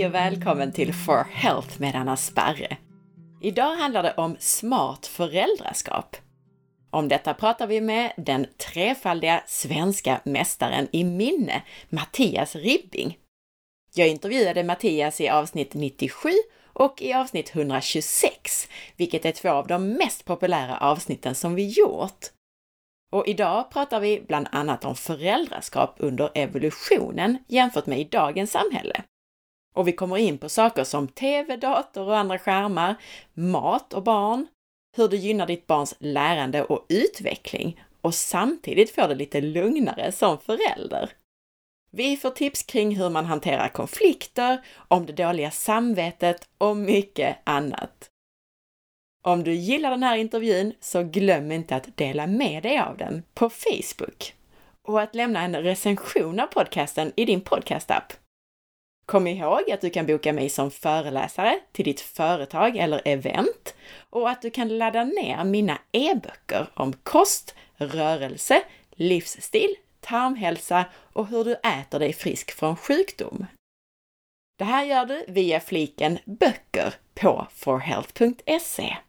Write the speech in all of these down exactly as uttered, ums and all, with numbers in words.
Hej och välkommen till For Health med Anna Sparre. Idag handlar det om smart föräldraskap. Om detta pratar vi med den trefaldiga svenska mästaren i minne, Mattias Ribbing. Jag intervjuade Mattias i avsnitt nittiosju och i avsnitt etthundratjugosex, vilket är två av de mest populära avsnitten som vi gjort. Och idag pratar vi bland annat om föräldraskap under evolutionen jämfört med i dagens samhälle. Och vi kommer in på saker som tv, dator och andra skärmar, mat och barn, hur det gynnar ditt barns lärande och utveckling och samtidigt får det lite lugnare som förälder. Vi får tips kring hur man hanterar konflikter, om det dåliga samvetet och mycket annat. Om du gillar den här intervjun så glöm inte att dela med dig av den på Facebook och att lämna en recension av podcasten i din podcastapp. Kom ihåg att du kan boka mig som föreläsare till ditt företag eller event och att du kan ladda ner mina e-böcker om kost, rörelse, livsstil, tarmhälsa och hur du äter dig frisk från sjukdom. Det här gör du via fliken böcker på for health punkt se.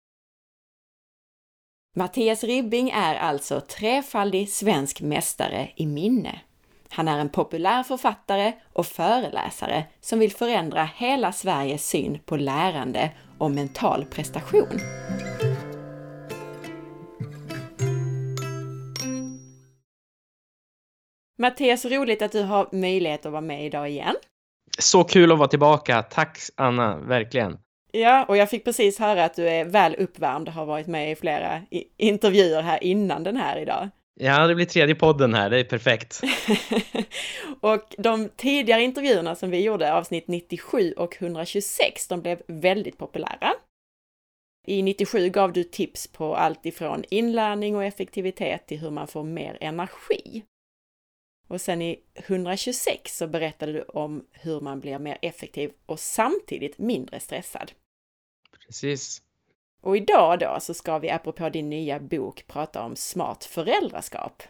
Mattias Ribbing är alltså trefaldig svensk mästare i minne. Han är en populär författare och föreläsare som vill förändra hela Sveriges syn på lärande och mental prestation. Mattias, roligt att du har möjlighet att vara med idag igen. Så kul att vara tillbaka. Tack Anna, verkligen. Ja, och jag fick precis höra att du är väl uppvärmd och har varit med i flera intervjuer här innan den här idag. Ja, det blir tredje podden här, det är perfekt. Och de tidigare intervjuerna som vi gjorde, avsnitt nittiosju och etthundratjugosex, de blev väldigt populära. I nittiosju gav du tips på allt ifrån inlärning och effektivitet till hur man får mer energi. Och sen i etthundratjugosex så berättade du om hur man blir mer effektiv och samtidigt mindre stressad. Precis. Och idag då så ska vi apropå din nya bok prata om smart föräldraskap.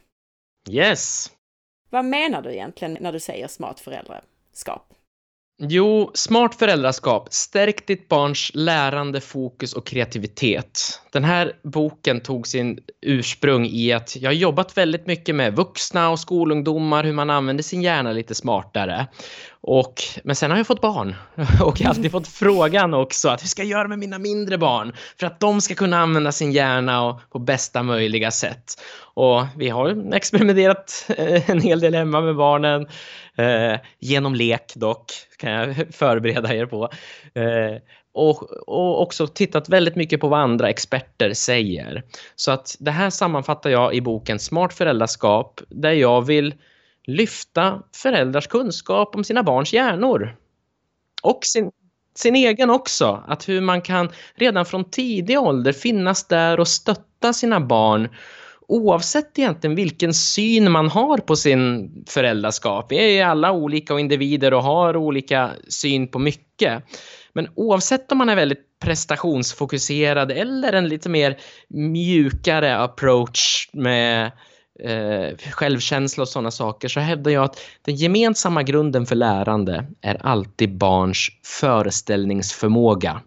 Yes! Vad menar du egentligen när du säger smart föräldraskap? Jo, smart föräldraskap. Stärk ditt barns lärande, fokus och kreativitet. Den här boken tog sin ursprung i att jag har jobbat väldigt mycket med vuxna och skolungdomar, hur man använder sin hjärna lite smartare. Och, men sen har jag fått barn och jag har alltid fått frågan också att hur ska jag göra med mina mindre barn för att de ska kunna använda sin hjärna och, på bästa möjliga sätt. Och vi har experimenterat en hel del hemma med barnen eh, genom lek dock, kan jag förbereda er på. Eh, och, och också tittat väldigt mycket på vad andra experter säger. Så att det här sammanfattar jag i boken Smart föräldraskap, där jag vill lyfta föräldrars kunskap om sina barns hjärnor. Och sin, sin egen också. Att hur man kan redan från tidig ålder finnas där och stötta sina barn. Oavsett egentligen vilken syn man har på sin föräldraskap. Vi är alla olika och individer och har olika syn på mycket. Men oavsett om man är väldigt prestationsfokuserad eller en lite mer mjukare approach med Eh, självkänsla och sådana saker, så hävdar jag att den gemensamma grunden för lärande är alltid barns föreställningsförmåga.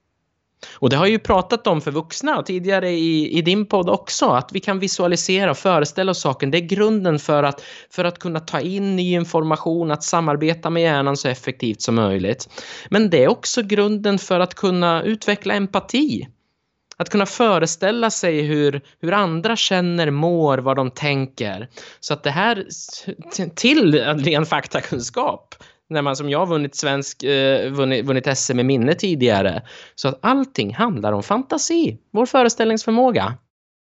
Och det har jag ju pratat om för vuxna och tidigare i, i din podd också, att vi kan visualisera och föreställa oss saken. Det är grunden för att, för att kunna ta in ny information, att samarbeta med hjärnan så effektivt som möjligt. Men det är också grunden för att kunna utveckla empati. Att kunna föreställa sig hur, hur andra känner, mår, vad de tänker. Så att det här till ren faktakunskap. När man som jag vunnit svensk, eh, vunnit, vunnit S M i minne tidigare. Så att allting handlar om fantasi. Vår föreställningsförmåga.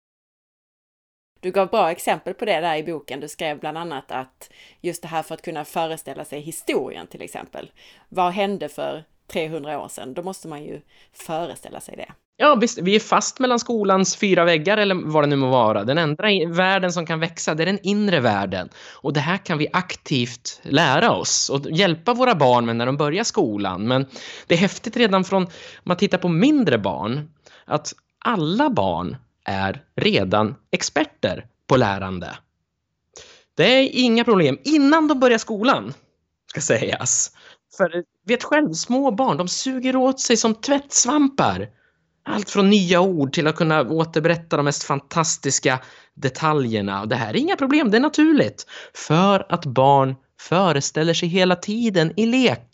Du gav bra exempel på det där i boken. Du skrev bland annat att just det här för att kunna föreställa sig historien till exempel. Vad hände för trehundra år sedan? Då måste man ju föreställa sig det. Ja visst, vi är fast mellan skolans fyra väggar eller vad det nu må vara. Den enda världen som kan växa, det är den inre världen. Och det här kan vi aktivt lära oss och hjälpa våra barn med när de börjar skolan. Men det är häftigt redan från, om man tittar på mindre barn, att alla barn är redan experter på lärande. Det är inga problem innan de börjar skolan, ska sägas. För vet själv, små barn, de suger åt sig som tvättsvampar. Allt från nya ord till att kunna återberätta de mest fantastiska detaljerna. Och det här är inga problem, det är naturligt. För att barn föreställer sig hela tiden i lek.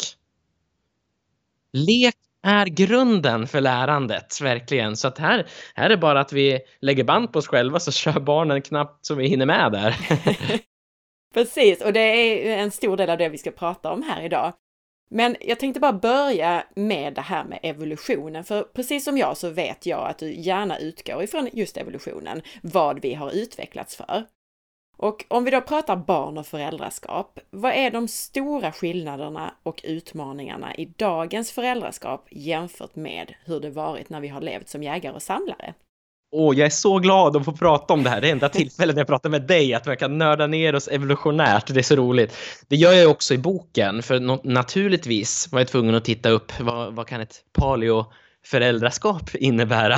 Lek är grunden för lärandet, verkligen. Så att här, här är bara att vi lägger band på oss själva så kör barnen knappt så vi hinner med där. Precis, och det är en stor del av det vi ska prata om här idag. Men jag tänkte bara börja med det här med evolutionen, för precis som jag så vet jag att du gärna utgår ifrån just evolutionen, vad vi har utvecklats för. Och om vi då pratar barn och föräldraskap, vad är de stora skillnaderna och utmaningarna i dagens föräldraskap jämfört med hur det varit när vi har levt som jägare och samlare? Åh, jag är så glad att få prata om det här. Det är enda tillfället när jag pratar med dig att man kan nörda ner oss evolutionärt. Det är så roligt. Det gör jag också i boken. För no- naturligtvis var jag tvungen att titta upp vad, vad kan ett paleo-föräldraskap innebära.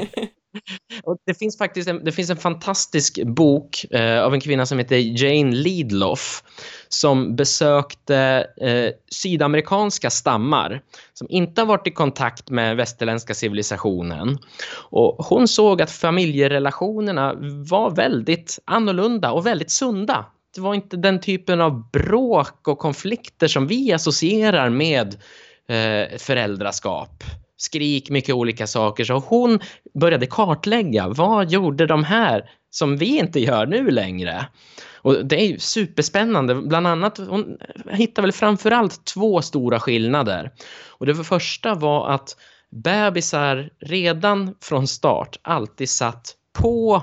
Och det finns faktiskt en, det finns en fantastisk bok eh, av en kvinna som heter Jane Liedloff som besökte eh, sydamerikanska stammar som inte har varit i kontakt med västerländska civilisationen. Och hon såg att familjerelationerna var väldigt annorlunda och väldigt sunda. Det var inte den typen av bråk och konflikter som vi associerar med eh, föräldraskap. Skrik, mycket olika saker. Så hon började kartlägga, vad gjorde de här som vi inte gör nu längre? Och det är ju superspännande. Bland annat, hon hittar väl framförallt två stora skillnader. Och det första var att bebisar redan från start alltid satt på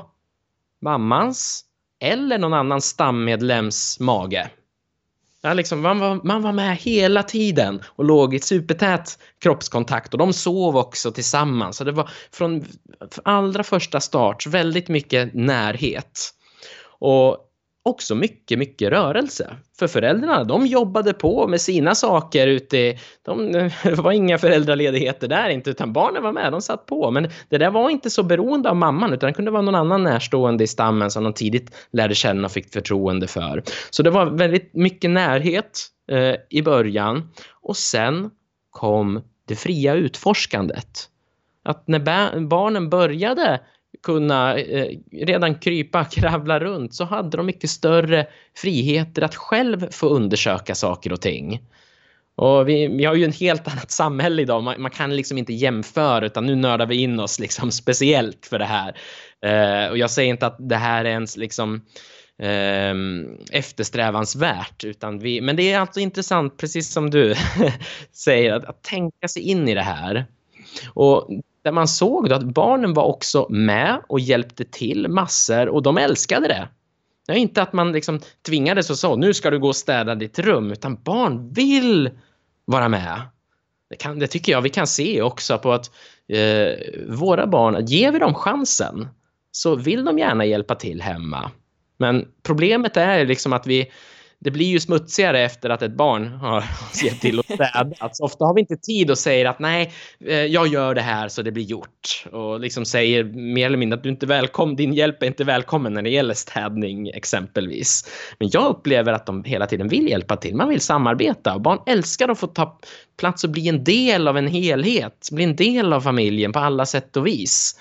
mammans eller någon annan stammedlems mage. Ja, liksom, man, var, man var med hela tiden och låg i ett supertät kroppskontakt och de sov också tillsammans. Så det var från allra första start väldigt mycket närhet. Och också mycket, mycket rörelse. För föräldrarna, de jobbade på med sina saker ute. De, det var inga föräldraledigheter där inte, utan barnen var med, de satt på. Men det där var inte så beroende av mamman, utan det kunde vara någon annan närstående i stammen som de tidigt lärde känna och fick förtroende för. Så det var väldigt mycket närhet eh, i början. Och sen kom det fria utforskandet. Att när ba- barnen började kunna eh, redan krypa, kravla runt, så hade de mycket större friheter att själv få undersöka saker och ting. Och vi, vi har ju en helt annat samhälle idag. Man, man kan liksom inte jämföra, utan nu nördar vi in oss liksom speciellt för det här. Eh, och jag säger inte att det här är ens liksom eh, eftersträvansvärt, utan vi, men det är alltså intressant, precis som du säger, att, att tänka sig in i det här. Och där man såg då att barnen var också med och hjälpte till massor, och de älskade det. Det är inte att man liksom tvingades och sa, nu ska du gå och städa ditt rum, utan barn vill vara med. Det, kan, det tycker jag vi kan se också på att eh, våra barn, ger vi dem chansen så vill de gärna hjälpa till hemma. Men problemet är liksom att vi det blir ju smutsigare efter att ett barn har sett till att städa. Alltså, ofta har vi inte tid och säger att nej, jag gör det här så det blir gjort. Och liksom säger mer eller mindre att du inte är välkommen, din hjälp är inte välkommen när det gäller städning exempelvis. Men jag upplever att de hela tiden vill hjälpa till. Man vill samarbeta, och barn älskar att få ta plats och bli en del av en helhet. Bli en del av familjen på alla sätt och vis.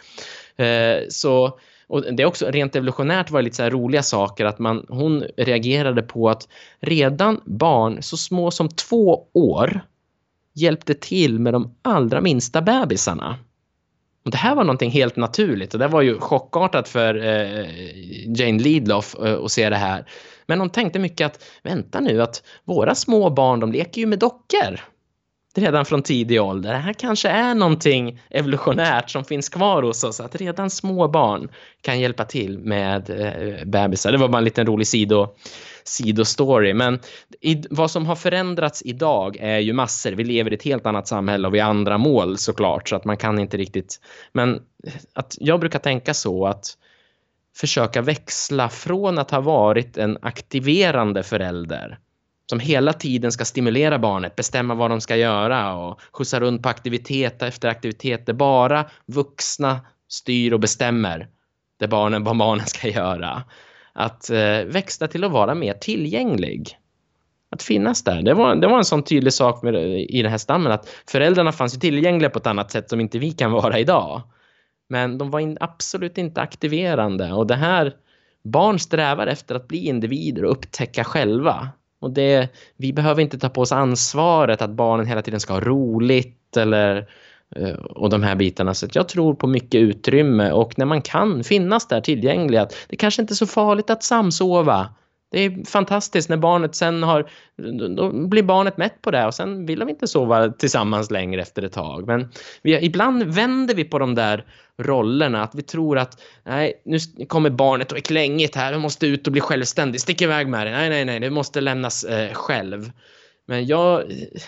Så... Och det är också rent evolutionärt var det lite så här roliga saker att man, hon reagerade på att redan barn så små som två år hjälpte till med de allra minsta bebisarna. Och det här var någonting helt naturligt, och det var ju chockartat för eh, Jane Liedloff eh, att se det här. Men hon tänkte mycket att vänta nu, att våra små barn, de leker ju med dockor redan från tidig ålder. Det här kanske är någonting evolutionärt som finns kvar hos oss, att redan små barn kan hjälpa till med eh, bebisar. Det var bara en liten rolig sido, sidostory. Men i, vad som har förändrats idag är ju massor. Vi lever i ett helt annat samhälle och vi har andra mål såklart, så att man kan inte riktigt... Men att jag brukar tänka så att försöka växla från att ha varit en aktiverande förälder som hela tiden ska stimulera barnet, bestämma vad de ska göra och skjutsa runt på aktivitet efter aktivitet. Där bara vuxna styr och bestämmer det barnen, vad barnen ska göra. Att eh, växla till att vara mer tillgänglig. Att finnas där. Det var, det var en sån tydlig sak med, i den här stammen, att föräldrarna fanns ju tillgängliga på ett annat sätt som inte vi kan vara idag. Men de var in, absolut inte aktiverande. Och det här, barn strävar efter att bli individer och upptäcka själva. Och det, vi behöver inte ta på oss ansvaret att barnen hela tiden ska ha roligt eller, och de här bitarna. Så jag tror på mycket utrymme, och när man kan finnas där tillgänglig, att det kanske inte är så farligt att samsova. Det är fantastiskt när barnet sen har, då blir barnet mätt på det och sen vill de inte sova tillsammans längre efter ett tag. Men vi, ibland vänder vi på de där rollerna, att vi tror att nej, nu kommer barnet och är klängigt här, vi måste ut och bli självständig, stick iväg med det, nej nej nej, det måste lämnas eh, själv. Men jag,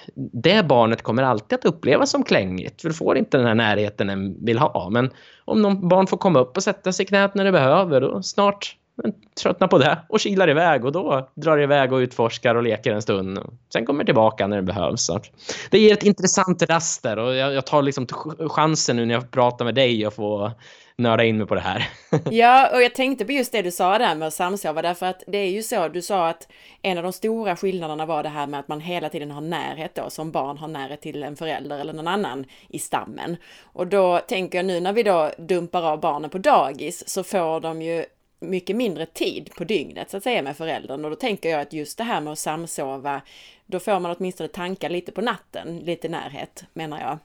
det barnet kommer alltid att upplevas som klängigt, för du får inte den här närheten den vill ha. Men om någon barn får komma upp och sätta sig i knät när det behöver, då snart tröttnar på det och kilar iväg, och då drar det iväg och utforskar och leker en stund. Sen kommer tillbaka när det behövs. Det ger ett intressant raster, och jag, jag tar liksom chansen nu när jag pratar med dig och får nörda in mig på det här. Ja, och jag tänkte på just det du sa där med att samsova, därför att det är ju så, du sa att en av de stora skillnaderna var det här med att man hela tiden har närhet då, som barn har närhet till en förälder eller någon annan i stammen. Och då tänker jag nu när vi då dumpar av barnen på dagis, så får de ju mycket mindre tid på dygnet så att säga med föräldern, och då tänker jag att just det här med att samsova, då får man åtminstone tanka lite på natten, lite närhet menar jag.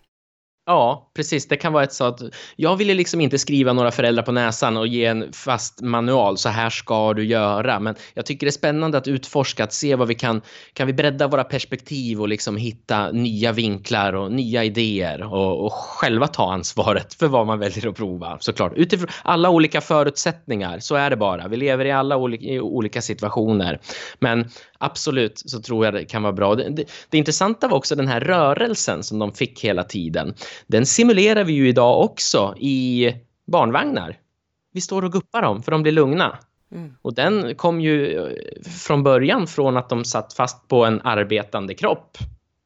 Ja, precis. Det kan vara ett så att jag ville liksom inte skriva några föräldrar på näsan och ge en fast manual, så här ska du göra. Men jag tycker det är spännande att utforska, att se vad vi kan, kan vi bredda våra perspektiv och liksom hitta nya vinklar och nya idéer, och, och själva ta ansvaret för vad man väljer att prova, såklart. Utifrån alla olika förutsättningar, så är det bara. Vi lever i alla olika, i olika situationer. Men absolut så tror jag det kan vara bra. Det, det, det intressanta var också den här rörelsen som de fick hela tiden. Den simulerar vi ju idag också i barnvagnar. Vi står och guppar dem för de blir lugna. Mm. Och den kom ju från början från att de satt fast på en arbetande kropp.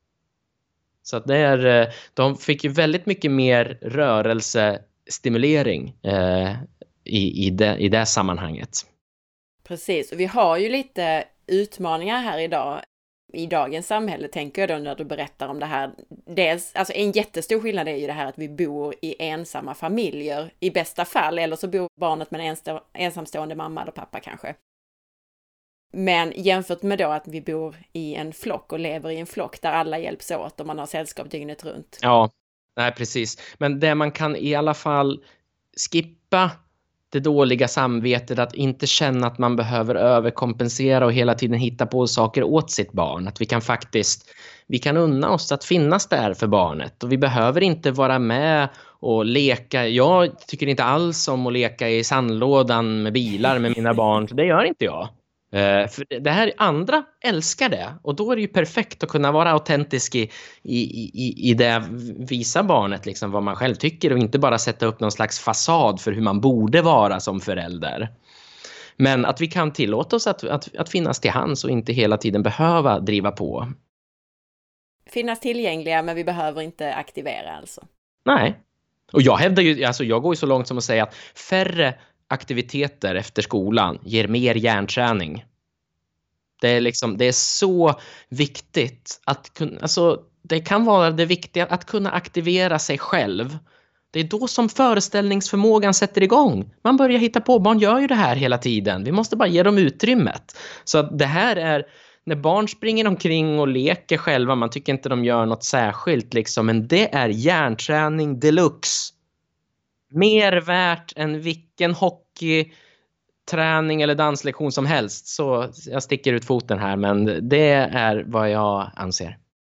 Så att det är, de fick ju väldigt mycket mer rörelsestimulering eh, i, i, det, i det sammanhanget. Precis, och vi har ju lite utmaningar här idag. I dagens samhälle tänker jag då när du berättar om det här. Dels, alltså en jättestor skillnad är ju det här att vi bor i ensamma familjer i bästa fall, eller så bor barnet med en ensamstående mamma eller pappa kanske. Men jämfört med då att vi bor i en flock och lever i en flock där alla hjälps åt och man har sällskap dygnet runt. Ja, nej precis. Men det man kan i alla fall skippa det dåliga samvetet, att inte känna att man behöver överkompensera och hela tiden hitta på saker åt sitt barn. Att vi kan faktiskt, vi kan unna oss att finnas där för barnet, och vi behöver inte vara med och leka. Jag tycker inte alls om att leka i sandlådan med bilar med mina barn, så det gör inte jag. Uh, för det här andra älskar det, och då är det ju perfekt att kunna vara autentisk i, i, i, i det, visa barnet liksom vad man själv tycker, och inte bara sätta upp någon slags fasad för hur man borde vara som förälder. Men att vi kan tillåta oss att, att, att finnas till hands och inte hela tiden behöva driva på. Finnas tillgängliga, men vi behöver inte aktivera alltså. Nej, och jag hävdar ju, alltså jag går ju så långt som att säga att färre aktiviteter efter skolan ger mer hjärnträning. Det är liksom, det är så viktigt att kunna, alltså det kan vara det viktiga att kunna aktivera sig själv. Det är då som föreställningsförmågan sätter igång. Man börjar hitta på, barn gör ju det här hela tiden. Vi måste bara ge dem utrymmet. Så att det här är, när barn springer omkring och leker själva, man tycker inte de gör något särskilt liksom, men det är hjärnträning deluxe. Mer värt än vilken hockeyträning eller danslektion som helst. Så jag sticker ut foten här, men det är vad jag anser.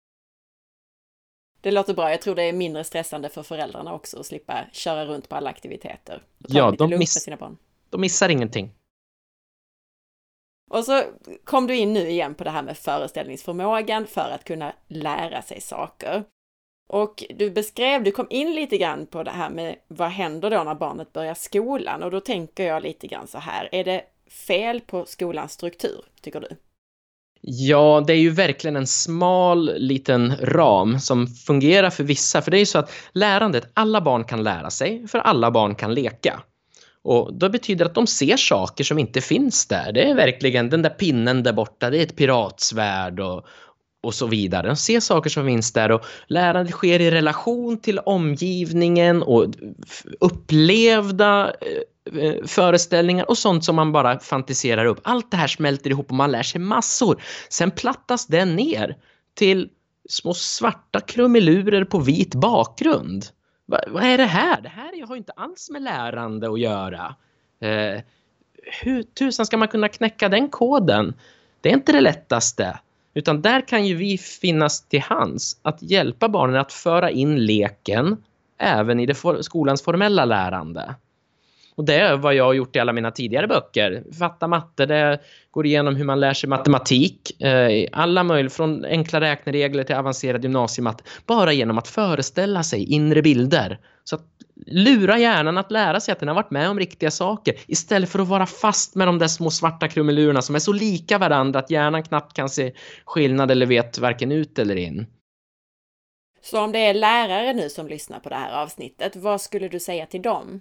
Det låter bra. Jag tror det är mindre stressande för föräldrarna också att slippa köra runt på alla aktiviteter. Ja, de, miss- sina barn. de missar ingenting. Och så kom du in nu igen på det här med föreställningsförmågan för att kunna lära sig saker. Och du beskrev, du kom in lite grann på det här med vad händer då när barnet börjar skolan, och då tänker jag lite grann så här, är det fel på skolans struktur, tycker du? Ja, det är ju verkligen en smal liten ram som fungerar för vissa, för det är ju så att lärandet, alla barn kan lära sig, för alla barn kan leka. Och då betyder det att de ser saker som inte finns där. Det är verkligen den där pinnen där borta, det är ett piratsvärd och, och så vidare. De ser saker som finns där och lärandet sker i relation till omgivningen och upplevda eh, föreställningar och sånt som man bara fantiserar upp. Allt det här smälter ihop och man lär sig massor. Sen plattas det ner till små svarta krumelurer på vit bakgrund. Va, vad är det här? Det här har ju inte alls med lärande att göra. Eh, hur tusan ska man kunna knäcka den koden? Det är inte det lättaste. Utan där kan ju vi finnas till hands att hjälpa barnen att föra in leken även i det for- skolans formella lärande. Och det är vad jag har gjort i alla mina tidigare böcker. Fatta matte, det går igenom hur man lär sig matematik. Eh, alla möjliga, från enkla räkneregler till avancerad gymnasiematte. Bara genom att föreställa sig inre bilder. Så att lura hjärnan att lära sig att den har varit med om riktiga saker. Istället för att vara fast med de där små svarta krumelurerna som är så lika varandra att hjärnan knappt kan se skillnad eller vet varken ut eller in. Så om det är lärare nu som lyssnar på det här avsnittet, vad skulle du säga till dem?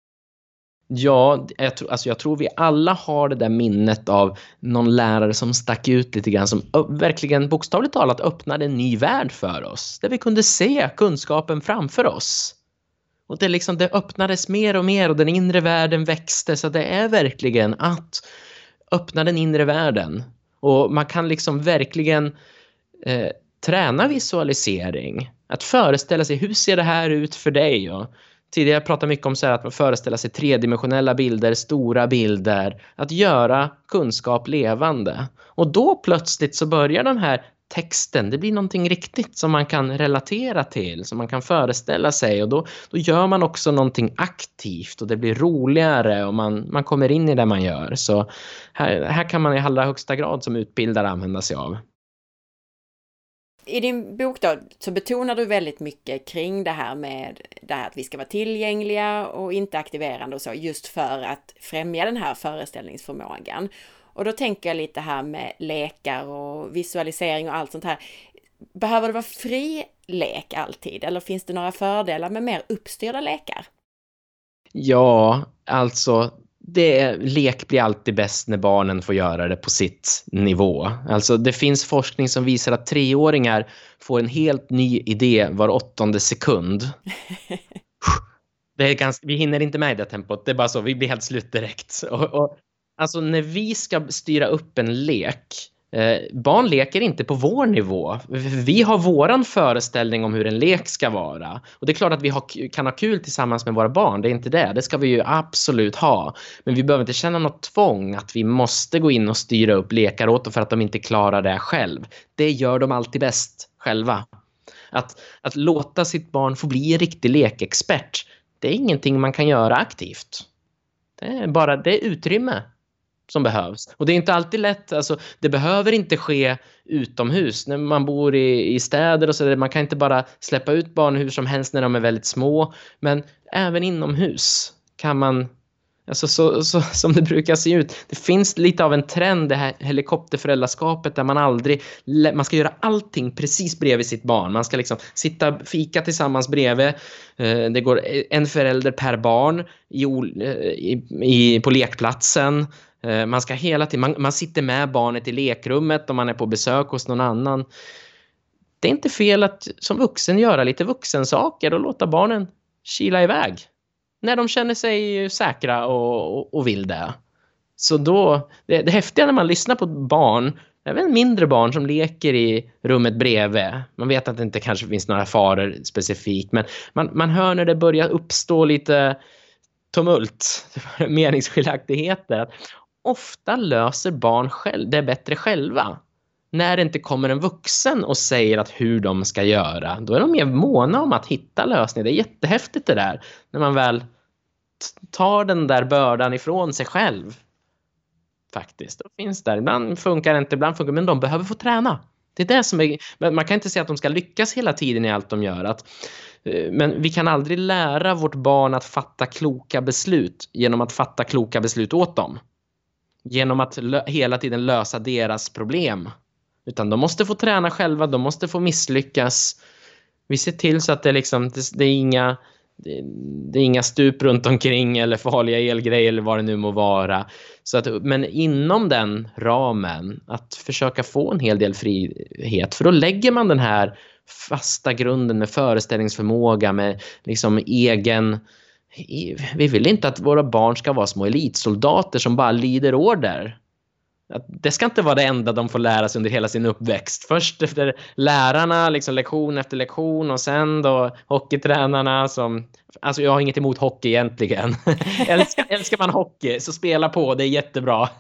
Ja, jag tror, alltså jag tror vi alla har det där minnet av någon lärare som stack ut lite grann, som ö- verkligen bokstavligt talat öppnade en ny värld för oss. Där vi kunde se kunskapen framför oss. Och det, liksom, det öppnades mer och mer och den inre världen växte. Så det är verkligen att öppna den inre världen. Och man kan liksom verkligen eh, träna visualisering. Att föreställa sig, hur ser det här ut för dig? Och tidigare pratade mycket om så här att man föreställer sig tredimensionella bilder, stora bilder. Att göra kunskap levande. Och då plötsligt så börjar den här texten, det blir någonting riktigt som man kan relatera till, som man kan föreställa sig. Och då, då gör man också någonting aktivt och det blir roligare och man, man kommer in i det man gör. Så här, här kan man i allra högsta grad som utbildare använda sig av. I din bok då så betonar du väldigt mycket kring det här med det här att vi ska vara tillgängliga och inte aktiverande och så, just för att främja den här föreställningsförmågan. Och då tänker jag lite här med lekar och visualisering och allt sånt här. Behöver det vara fri lek alltid? Eller finns det några fördelar med mer uppstyrda lekar? Ja, alltså det, lek blir alltid bäst när barnen får göra det på sitt nivå. Alltså det finns forskning som visar att treåringar får en helt ny idé var åttonde sekund. Det är ganska, vi hinner inte med i det tempot, det är bara så, vi blir helt slut direkt. Och, och, alltså när vi ska styra upp en lek, eh, barn leker inte på vår nivå. Vi har våran föreställning om hur en lek ska vara. Och det är klart att vi har, kan ha kul tillsammans med våra barn, det är inte det. Det ska vi ju absolut ha. Men vi behöver inte känna något tvång att vi måste gå in och styra upp lekar åt dem för att de inte klarar det själv. Det gör de alltid bäst själva. Att, att låta sitt barn få bli en riktig lekexpert, det är ingenting man kan göra aktivt. Det är bara det är utrymme som behövs. Och det är inte alltid lätt. Alltså, det behöver inte ske utomhus. När man bor i, i städer och så där, man kan inte bara släppa ut barn hur som helst när de är väldigt små. Men även inomhus kan man, alltså så, så, som det brukar se ut. Det finns lite av en trend, det här helikopterföräldraskapet, där man aldrig, man ska göra allting precis bredvid sitt barn. Man ska liksom sitta fika tillsammans bredvid. Det går en förälder per barn i, i, i, på lekplatsen. Man ska hela tiden, man, man sitter med barnet i lekrummet om man är på besök hos någon annan. Det är inte fel att som vuxen göra lite vuxensaker och låta barnen kila iväg när de känner sig säkra och, och, och vill det. Så då, det, det häftiga när man lyssnar på barn, även mindre barn som leker i rummet bredvid. Man vet att det inte kanske finns några faror specifikt, men man, man hör när det börjar uppstå lite tumult, meningsskiljaktigheter. Ofta löser barn själv, det är bättre själva. När det inte kommer en vuxen och säger att hur de ska göra, då är de mer måna om att hitta lösningar. Det är jättehäftigt det där, när man väl tar den där bördan ifrån sig själv. Faktiskt, då finns där. Ibland funkar det inte, ibland funkar det, men de behöver få träna. Det är det som är, man kan inte säga att de ska lyckas hela tiden i allt de gör. Att, men vi kan aldrig lära vårt barn att fatta kloka beslut genom att fatta kloka beslut åt dem. Genom att lö- hela tiden lösa deras problem. Utan de måste få träna själva, de måste få misslyckas. Vi ser till så att det, liksom, det, det är inga det, det är inga stup runt omkring eller farliga elgrejer eller vad det nu må vara. Så att, men inom den ramen att försöka få en hel del frihet, för då lägger man den här fasta grunden med föreställningsförmåga, med liksom egen... Vi vill inte att våra barn ska vara små elitsoldater som bara lyder order. Det ska inte vara det enda de får lära sig under hela sin uppväxt. Först efter lärarna, liksom lektion efter lektion, och sen då hockeytränarna som... Alltså jag har inget emot hockey egentligen. älskar, älskar man hockey så spela på, det är jättebra.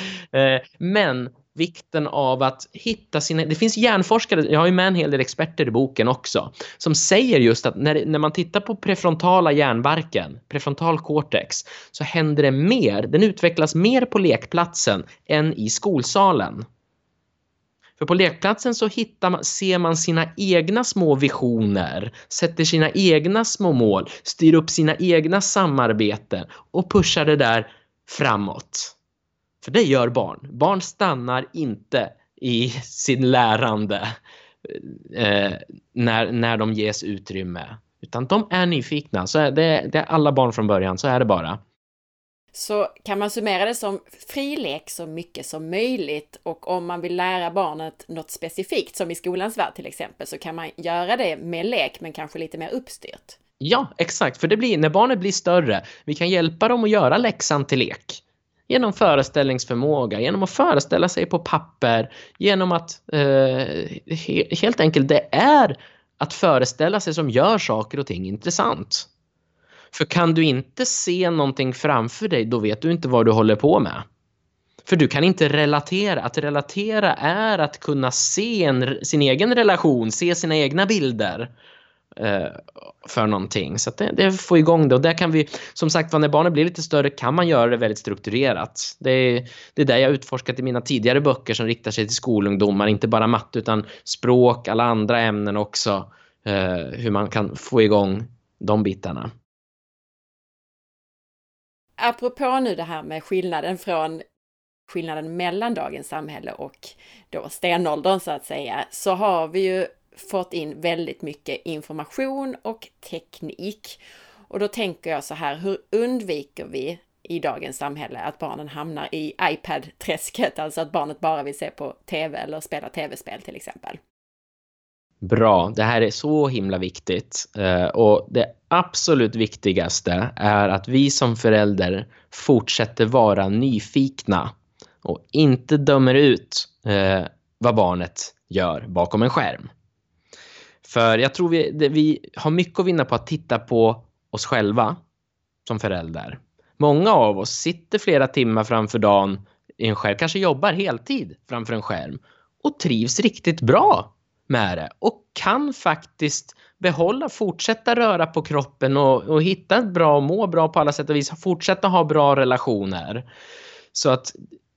Men vikten av att hitta sina... Det finns hjärnforskare, jag har ju med en hel del experter i boken också, som säger just att när, när man tittar på prefrontala hjärnbarken, prefrontal cortex, så händer det mer, den utvecklas mer på lekplatsen än i skolsalen. För på lekplatsen så hittar man, ser man sina egna små visioner, sätter sina egna små mål, styr upp sina egna samarbeten och pushar det där framåt. För det gör barn. Barn stannar inte i sin lärande eh, när, när de ges utrymme. Utan de är nyfikna. Så är det, det är alla barn från början, så är det bara. Så kan man summera det som frilek så mycket som möjligt, och om man vill lära barnet något specifikt, som i skolans värld till exempel, så kan man göra det med lek men kanske lite mer uppstyrt. Ja, exakt. För det blir, när barnet blir större, vi kan hjälpa dem att göra läxan till lek. Genom föreställningsförmåga, genom att föreställa sig på papper, genom att eh, he- helt enkelt det är att föreställa sig som gör saker och ting intressant. För kan du inte se någonting framför dig, då vet du inte vad du håller på med. För du kan inte relatera. Att relatera är att kunna se en, sin egen relation, se sina egna bilder eh, för någonting. Så att det, det får igång det. Och där kan vi, som sagt, när barnen blir lite större kan man göra det väldigt strukturerat. Det är, det är där jag utforskat i mina tidigare böcker som riktar sig till skolungdomar. Inte bara matte utan språk, alla andra ämnen också. Eh, hur man kan få igång de bitarna. Apropå nu det här med skillnaden från skillnaden mellan dagens samhälle och då stenåldern så att säga, så har vi ju fått in väldigt mycket information och teknik. Och då tänker jag så här, hur undviker vi i dagens samhälle att barnen hamnar i iPad-träsket, alltså att barnet bara vill se på tv eller spela tv-spel till exempel? Bra, det här är så himla viktigt. Och det absolut viktigaste är att vi som förälder fortsätter vara nyfikna och inte dömer ut vad barnet gör bakom en skärm. För jag tror vi, det, vi har mycket att vinna på att titta på oss själva som föräldrar. Många av oss sitter flera timmar framför dagen i en skärm, kanske jobbar heltid framför en skärm och trivs riktigt bra med det och kan faktiskt behålla, fortsätta röra på kroppen och, och hitta ett bra, må bra på alla sätt och vis, fortsätta ha bra relationer. Så att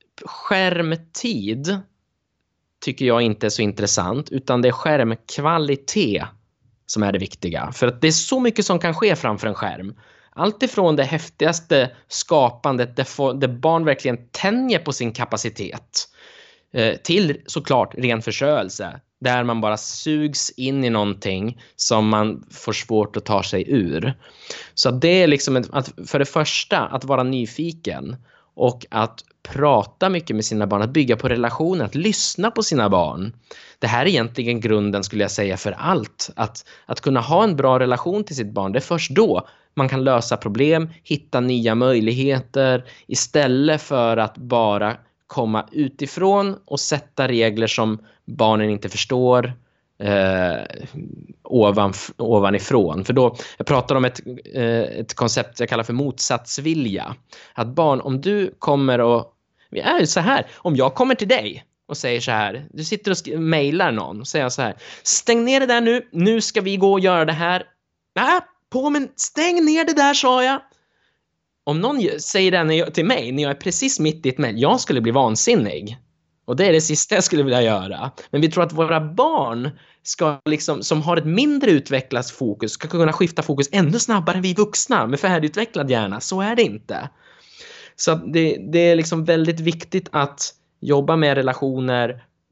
skärmtid tycker jag inte är så intressant, utan det är skärmkvalitet som är det viktiga. För att det är så mycket som kan ske framför en skärm. Allt ifrån det häftigaste skapandet där, där barn verkligen tänjer på sin kapacitet eh, till såklart ren förstörelse. Där man bara sugs in i någonting som man får svårt att ta sig ur. Så det är liksom ett, att för det första att vara nyfiken och att prata mycket med sina barn, att bygga på relationer, att lyssna på sina barn. Det här är egentligen grunden skulle jag säga för allt. Att, att kunna ha en bra relation till sitt barn, det är först då man kan lösa problem, hitta nya möjligheter istället för att bara komma utifrån och sätta regler som barnen inte förstår eh, ovan, ovanifrån. För då, jag pratar om ett, eh, ett koncept jag kallar för motsatsvilja. Att barn, om du kommer och, vi är så här, om jag kommer till dig och säger så här, du sitter och sk- mejlar någon och säger så här, stäng ner det där nu, nu ska vi gå och göra det här. Nej, på men stäng ner det där, sa jag. Om någon säger det när jag, till mig när jag är precis mitt i ett mejl, jag skulle bli vansinnig. Och det är det sista jag skulle vilja göra. Men vi tror att våra barn ska liksom, som har ett mindre utvecklat fokus, ska kunna skifta fokus ännu snabbare än vi vuxna med färdigutvecklad hjärna. Så är det inte. Så det, det är liksom väldigt viktigt att jobba med relationer,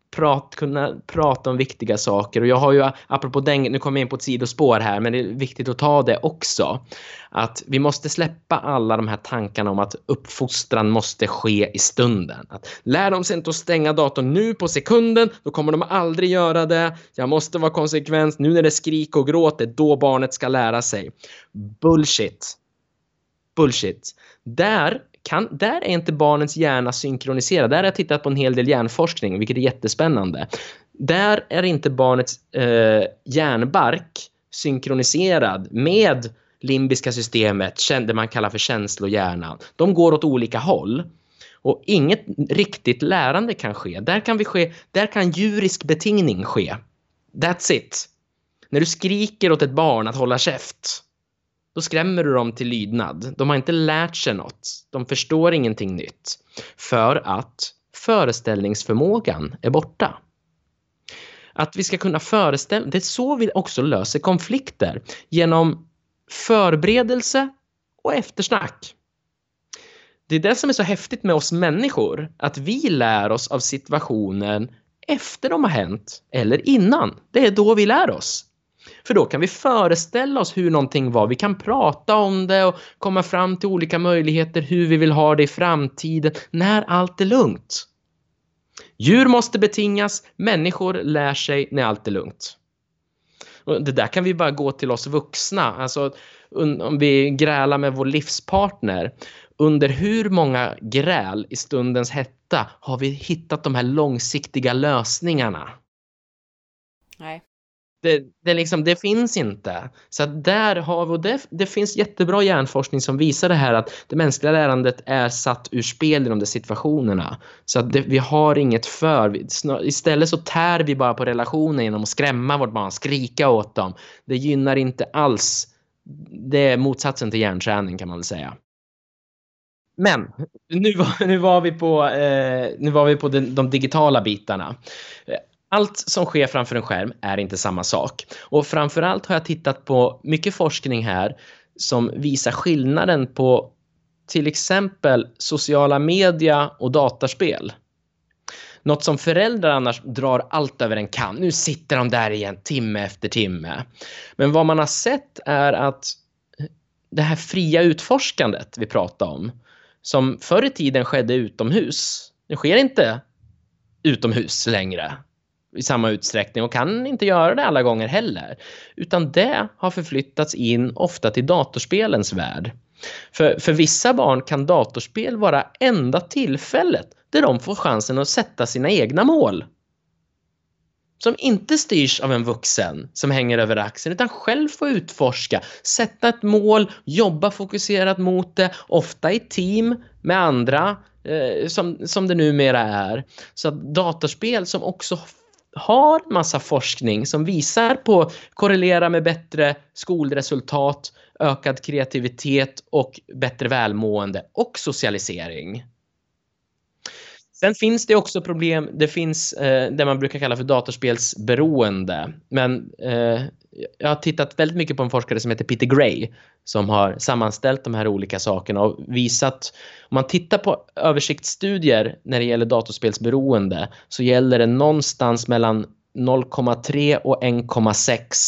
prat, kunna prata om viktiga saker. Och jag har ju, apropå den, nu kommer jag in på ett sidospår här, men det är viktigt att ta det också. Att vi måste släppa alla de här tankarna om att uppfostran måste ske i stunden. Att lär de sig inte att stänga datorn nu på sekunden, då kommer de aldrig göra det. Jag måste vara konsekvent, nu när det skrik och gråt, det är då barnet ska lära sig. Bullshit. Bullshit. Där Kan, där är inte barnens hjärna synkroniserad. Där har jag tittat på en hel del hjärnforskning, vilket är jättespännande. Där är inte barnets eh, hjärnbark synkroniserad med limbiska systemet, det man kallar för känslohjärnan. De går åt olika håll. Och inget riktigt lärande kan ske. Där kan, vi ske, där kan djurisk betingning ske. That's it. När du skriker åt ett barn att hålla käft, då skrämmer du dem till lydnad. De har inte lärt sig något. De förstår ingenting nytt. För att föreställningsförmågan är borta. Att vi ska kunna föreställa, det är så vi också löser konflikter. Genom förberedelse och eftersnack. Det är det som är så häftigt med oss människor. Att vi lär oss av situationen efter de har hänt eller innan. Det är då vi lär oss. För då kan vi föreställa oss hur någonting var. Vi kan prata om det och komma fram till olika möjligheter hur vi vill ha det i framtiden när allt är lugnt. Djur måste betingas, människor lär sig när allt är lugnt. Och det där kan vi bara gå till oss vuxna. Alltså om vi grälar med vår livspartner. Under hur många gräl i stundens hetta har vi hittat de här långsiktiga lösningarna? Nej. Det, det, liksom, det finns inte. Så att där har vi, det, det finns jättebra hjärnforskning som visar det här att det mänskliga lärandet är satt ur spel i de där situationerna. Så att det, vi har inget för. Istället så tär vi bara på relationen genom att skrämma vårt barn, skrika åt dem. Det gynnar inte alls. Det är motsatsen till hjärnträning kan man väl säga. Men nu var, nu var vi på, eh, nu var vi på den, de digitala bitarna. Allt som sker framför en skärm är inte samma sak. Och framförallt har jag tittat på mycket forskning här som visar skillnaden på till exempel sociala media och dataspel. Något som föräldrar annars drar allt över en kam. Nu sitter de där igen timme efter timme. Men vad man har sett är att det här fria utforskandet vi pratar om, som förr i tiden skedde utomhus, det sker inte utomhus längre i samma utsträckning och kan inte göra det alla gånger heller. Utan det har förflyttats in ofta till datorspelens värld. För, för vissa barn kan datorspel vara enda tillfället där de får chansen att sätta sina egna mål. Som inte styrs av en vuxen som hänger över axeln utan själv får utforska, sätta ett mål, jobba fokuserat mot det, ofta i team med andra eh, som, som det numera är. Så att datorspel som också har massa forskning som visar på korrelera med bättre skolresultat, ökad kreativitet och bättre välmående och socialisering. Sen finns det också problem, det finns eh, det man brukar kalla för datorspelsberoende. Men eh, jag har tittat väldigt mycket på en forskare som heter Peter Gray som har sammanställt de här olika sakerna och visat, om man tittar på översiktsstudier när det gäller datorspelsberoende så gäller det någonstans mellan noll komma tre och en komma sex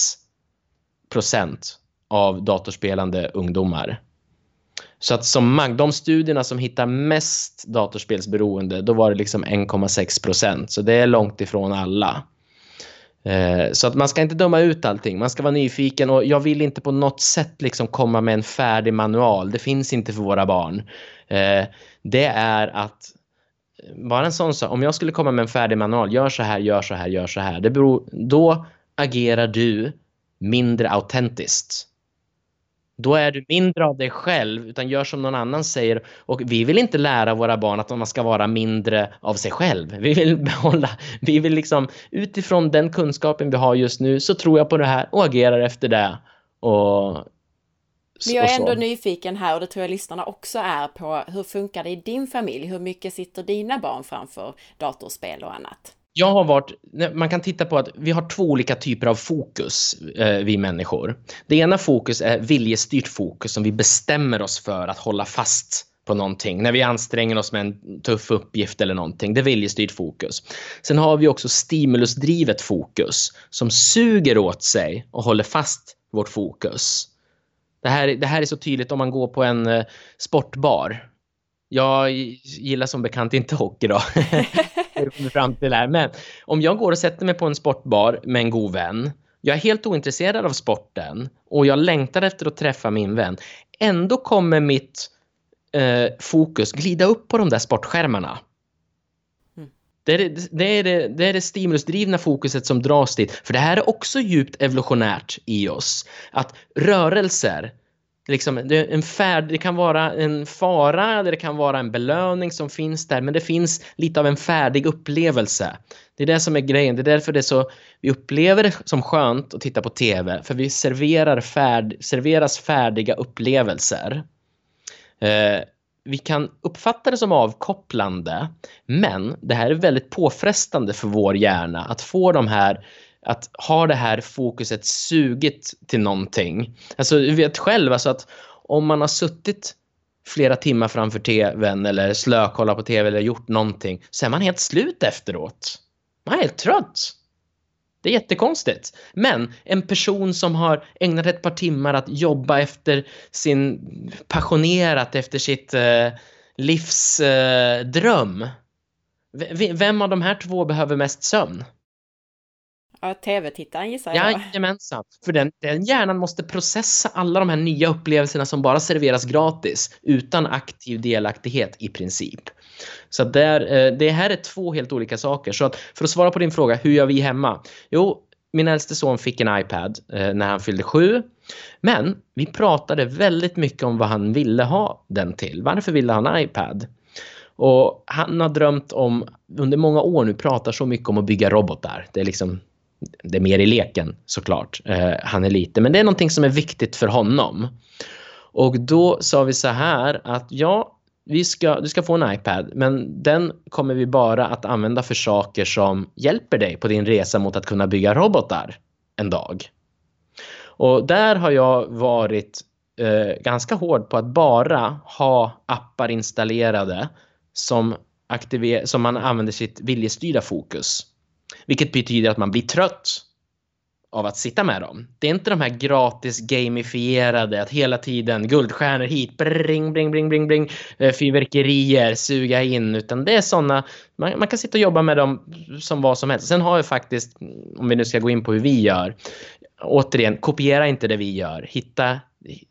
procent av datorspelande ungdomar. Så att som mag, de studierna som hittar mest datorspelsberoende, då var det liksom en komma sex procent. Så det är långt ifrån alla. Eh, så att man ska inte döma ut allting. Man ska vara nyfiken och jag vill inte på något sätt liksom komma med en färdig manual. Det finns inte för våra barn. Eh, det är att bara en sån sak. Om jag skulle komma med en färdig manual, gör så här, gör så här, gör så här. Det beror, då agerar du mindre autentiskt. Då är du mindre av dig själv utan gör som någon annan säger. Och vi vill inte lära våra barn att man ska vara mindre av sig själv. Vi vill behålla, vi vill liksom utifrån den kunskapen vi har just nu så tror jag på det här och agerar efter det. Och, Men jag är ändå nyfiken här och det tror jag lyssnarna också är på. Hur funkar det i din familj? Hur mycket sitter dina barn framför datorspel och annat? Jag har varit, man kan titta på att vi har två olika typer av fokus, eh, vi människor. Det ena fokus är viljestyrt fokus som vi bestämmer oss för att hålla fast på någonting. När vi anstränger oss med en tuff uppgift eller någonting. Det är viljestyrt fokus. Sen har vi också stimulusdrivet fokus som suger åt sig och håller fast vårt fokus. Det här, det här är så tydligt om man går på en uh, sportbar. Jag gillar som bekant inte hockey då. Jag kommer fram till det här. Men om jag går och sätter mig på en sportbar med en god vän. Jag är helt ointresserad av sporten. Och jag längtar efter att träffa min vän. Ändå kommer mitt uh, fokus glida upp på de där sportskärmarna. Mm. Det, är det, det, är det, det är det stimulusdrivna fokuset som dras dit. För det här är också djupt evolutionärt i oss. Att rörelser... Liksom, det, är en färd, det kan vara en fara eller det kan vara en belöning som finns där. Men det finns lite av en färdig upplevelse. Det är det som är grejen. Det är därför det är så, vi upplever det som skönt att titta på tv. För vi serverar färd, serveras färdiga upplevelser. Eh, vi kan uppfatta det som avkopplande. Men det här är väldigt påfrestande för vår hjärna. Att få de här... Att ha det här fokuset sugit till någonting. Alltså du vet själv alltså att om man har suttit flera timmar framför tvn eller slökollat på tv eller gjort någonting så är man helt slut efteråt. Man är helt trött. Det är jättekonstigt. Men en person som har ägnat ett par timmar att jobba efter sin passionerat efter sitt eh, livs eh, dröm. V- vem av de här två behöver mest sömn? Ja, tv-tittaren gissar jag. Jajamensan. För den, den hjärnan måste processa alla de här nya upplevelserna som bara serveras gratis utan aktiv delaktighet i princip. Så där, det här är två helt olika saker. Så att för att svara på din fråga, hur gör vi hemma? Jo, min äldste son fick en iPad eh, när han fyllde sju. Men vi pratade väldigt mycket om vad han ville ha den till. Varför ville han en iPad? Och han har drömt om, under många år nu pratar så mycket om att bygga robotar. Det är liksom... Det är mer i leken såklart. Eh, han är lite. Men det är någonting som är viktigt för honom. Och då sa vi så här att ja, vi ska, du ska få en iPad. Men den kommer vi bara att använda för saker som hjälper dig på din resa mot att kunna bygga robotar en dag. Och där har jag varit eh, ganska hård på att bara ha appar installerade som, aktiver- som man använder sitt viljestyrda fokus. Vilket betyder att man blir trött av att sitta med dem. Det är inte de här gratis gamifierade, att hela tiden guldstjärnor hit, bring, bring, bring, bring, bring, fyrverkerier, suga in. Utan det är sådana, man, man kan sitta och jobba med dem som vad som helst. Sen har jag faktiskt, om vi nu ska gå in på hur vi gör, återigen, kopiera inte det vi gör. Hitta...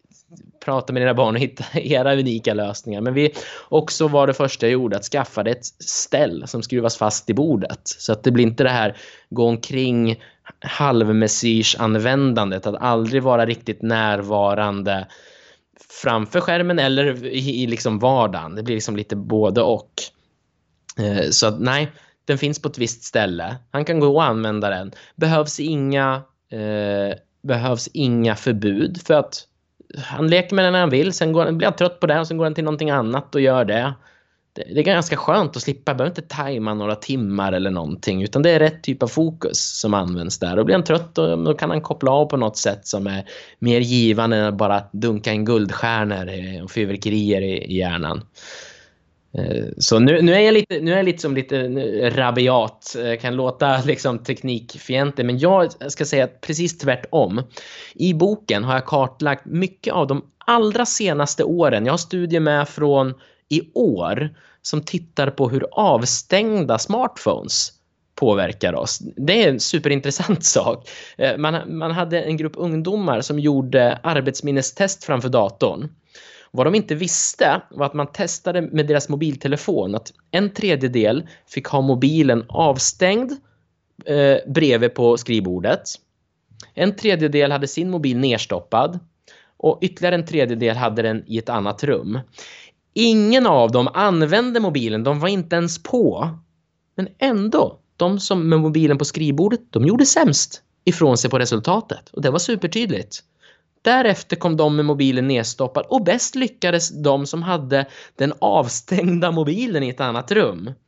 Prata med dina barn och hitta era unika lösningar. Men vi också var det första jag gjorde att skaffa ett ställ som skruvas fast i bordet. Så att det blir inte det här gå omkring halvmesyrs-användandet. Att aldrig vara riktigt närvarande framför skärmen eller i, i liksom vardagen. Det blir liksom lite både och. Eh, så att nej, den finns på ett visst ställe. Han kan gå och använda den. Behövs inga, eh, behövs inga förbud för att han leker med den när han vill. Sen går, blir han trött på det och sen går han till någonting annat och gör det. Det, det är ganska skönt att slippa. Jag behöver inte tajma några timmar eller någonting. Utan det är rätt typ av fokus som används där. Och blir han trött och då kan han koppla av på något sätt som är mer givande än att bara dunka in guldstjärnor och fyrverkerier i, i hjärnan. Så nu, nu är jag lite, nu är jag lite som lite rabiat, kan låta liksom teknikfientlig, men jag ska säga att precis tvärtom. I boken har jag kartlagt mycket av de allra senaste åren. Jag har studier med från i år som tittar på hur avstängda smartphones påverkar oss. Det är en superintressant sak. Man, man hade en grupp ungdomar som gjorde arbetsminnestest framför datorn. Vad de inte visste var att man testade med deras mobiltelefon att en tredjedel fick ha mobilen avstängd eh, bredvid på skrivbordet. En tredjedel hade sin mobil nerstoppad och ytterligare en tredjedel hade den i ett annat rum. Ingen av dem använde mobilen, de var inte ens på. Men ändå, de som med mobilen på skrivbordet, de gjorde sämst ifrån sig på resultatet. Och det var supertydligt. Därefter kom de med mobilen nedstoppad och bäst lyckades de som hade den avstängda mobilen i ett annat rum.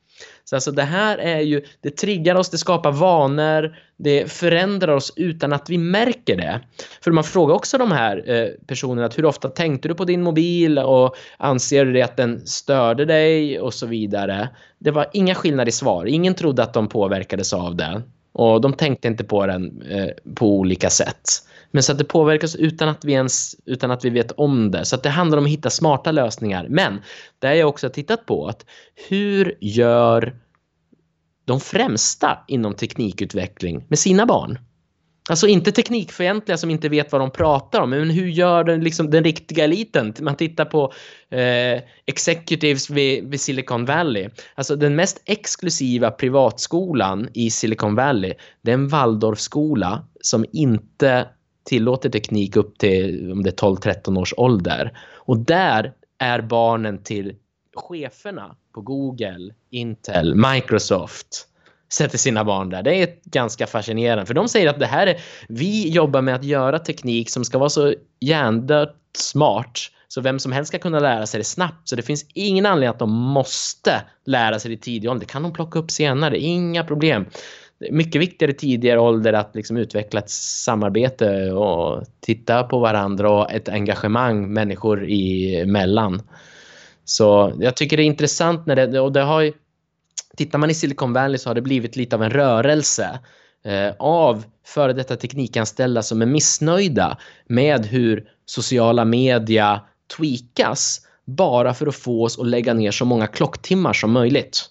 Så alltså det här är ju, det triggar oss, det skapar vanor, det förändrar oss utan att vi märker det. För man frågar också de här eh, personerna att hur ofta tänkte du på din mobil och anser du att den störde dig och så vidare. Det var inga skillnader i svar, ingen trodde att de påverkades av det. Och de tänkte inte på den eh, på olika sätt. Men så att det påverkas utan att vi ens utan att vi vet om det. Så att det handlar om att hitta smarta lösningar. Men det har jag också tittat på att hur gör de främsta inom teknikutveckling med sina barn? Alltså inte teknikfientliga som inte vet vad de pratar om, men hur gör den, liksom, den riktiga eliten? Man tittar på eh, executives vid, vid Silicon Valley. Alltså den mest exklusiva privatskolan i Silicon Valley, det är en Waldorfskola som inte tillåter teknik upp till om det är tolv tretton års ålder. Och där är barnen till cheferna på Google, Intel, Microsoft sätter sina barn där. Det är ganska fascinerande. För de säger att det här är, vi jobbar med att göra teknik som ska vara så hjärndött smart så vem som helst ska kunna lära sig det snabbt. Så det finns ingen anledning att de måste lära sig det tidigt. Det kan de plocka upp senare. Inga problem. Det är mycket viktigare tidigare ålder att liksom utveckla ett samarbete och titta på varandra och ett engagemang människor emellan. Så jag tycker det är intressant när det, och det har ju, tittar man i Silicon Valley så har det blivit lite av en rörelse eh, av före detta teknikanställda som är missnöjda med hur sociala media tweakas bara för att få oss att lägga ner så många klocktimmar som möjligt.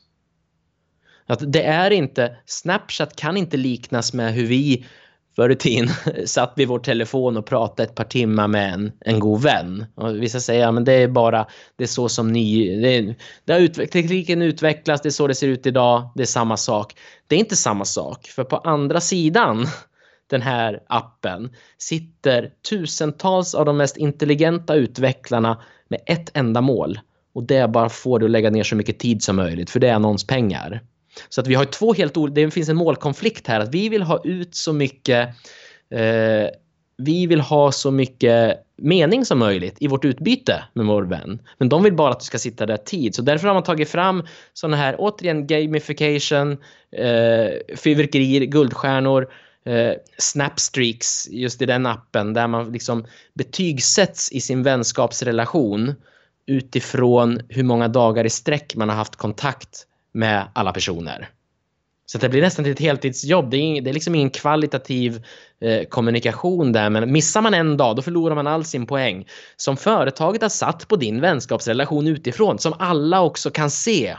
Att det är inte, Snapchat kan inte liknas med hur vi förr i tiden satt vid vår telefon och pratade ett par timmar med en, en god vän. Och vissa säger, ja men det är bara, det är så som ni, det, är, det har utveck, tekniken utvecklas, det är så det ser ut idag, det är samma sak. Det är inte samma sak, för på andra sidan den här appen sitter tusentals av de mest intelligenta utvecklarna med ett enda mål. Och det är bara får du att lägga ner så mycket tid som möjligt, för det är annonspengar. Så att vi har två helt ord, det finns en målkonflikt här att vi vill ha ut så mycket eh, vi vill ha så mycket mening som möjligt i vårt utbyte med vår vän. Men de vill bara att du ska sitta där tid. Så därför har man tagit fram sådana här, återigen gamification, eh, fyrverkerier, guldstjärnor, eh, snapstreaks just i den appen där man liksom betygsätts i sin vänskapsrelation utifrån hur många dagar i sträck man har haft kontakt med alla personer. Så det blir nästan ett heltidsjobb. Det är, ing, det är liksom ingen kvalitativ eh, kommunikation där. Men missar man en dag, då förlorar man all sin poäng. Som företaget har satt på din vänskapsrelation utifrån. Som alla också kan se.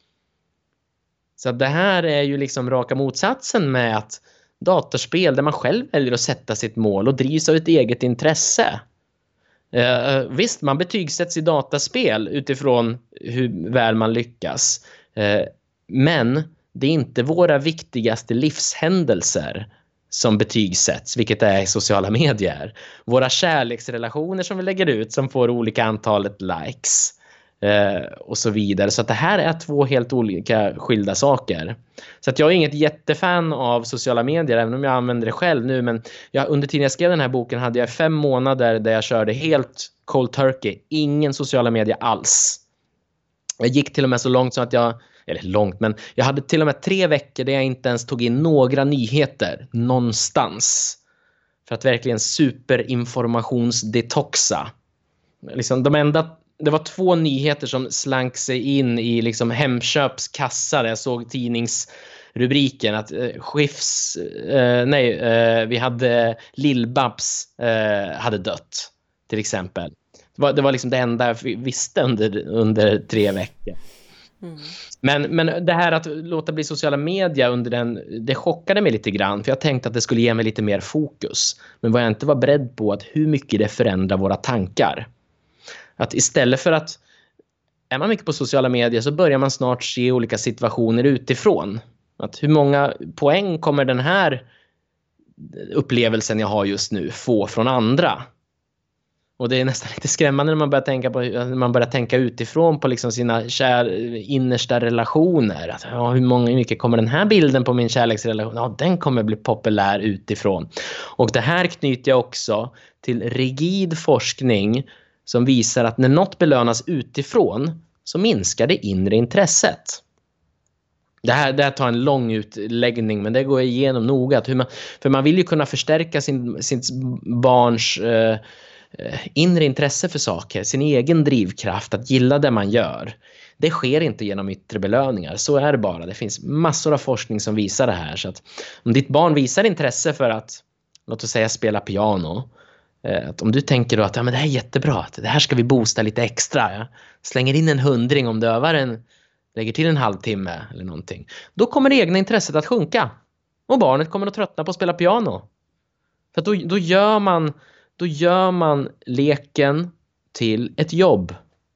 Så det här är ju liksom raka motsatsen med att datorspel där man själv väljer att sätta sitt mål och drivs av ett eget intresse. Eh, visst, man betygsätts i dataspel utifrån hur väl man lyckas. Eh, men det är inte våra viktigaste livshändelser som betygsätts, vilket är sociala medier. Våra kärleksrelationer som vi lägger ut som får olika antalet likes eh, och så vidare. Så att det här är två helt olika skilda saker. Så att jag är inget jättefan av sociala medier, även om jag använder det själv nu. Men jag, under tiden jag skrev den här boken hade jag fem månader där jag körde helt cold turkey. Ingen sociala medier alls. Jag gick till och med så långt så att jag, eller långt, men jag hade till och med tre veckor där jag inte ens tog in några nyheter någonstans. För att verkligen superinformationsdetoxa. Liksom de enda, det var två nyheter som slank sig in i liksom Hemköps kassa där jag såg tidningsrubriken att eh, Skifs, eh, nej, eh, vi hade Lill-Babs eh, hade dött till exempel. Det var, det var liksom det enda jag visste under, under tre veckor. Mm. Men, men det här att låta bli sociala medier under den, det chockade mig lite grann. För jag tänkte att det skulle ge mig lite mer fokus. Men vad jag inte var beredd på att hur mycket det förändrar våra tankar. Att istället för att är man mycket på sociala medier så börjar man snart se olika situationer utifrån. Att hur många poäng kommer den här upplevelsen jag har just nu få från andra? Och det är nästan lite skrämmande när man börjar tänka på när man börjar tänka utifrån på liksom sina kär, innersta relationer. Att, ja, hur många hur mycket kommer den här bilden på min kärleksrelation? Ja, den kommer bli populär utifrån. Och det här knyter jag också till rigid forskning som visar att när något belönas utifrån så minskar det inre intresset. Det här, det här tar en lång utläggning, men det går igenom noga. Att hur man, för man vill ju kunna förstärka sin, sin barns eh, inre intresse för saker, sin egen drivkraft att gilla det man gör. Det sker inte genom yttre belöningar, så är det bara. Det finns massor av forskning som visar det här. Så att om ditt barn visar intresse för att, låt oss säga, spela piano, eh, att om du tänker då att ja, men det här är jättebra, det här ska vi boosta lite extra, ja? Slänger in en hundring om du övar en, lägger till en halvtimme eller någonting, då kommer det egna intresset att sjunka. Och barnet kommer att tröttna på att spela piano. För att då, då, gör man, då gör man leken till ett jobb.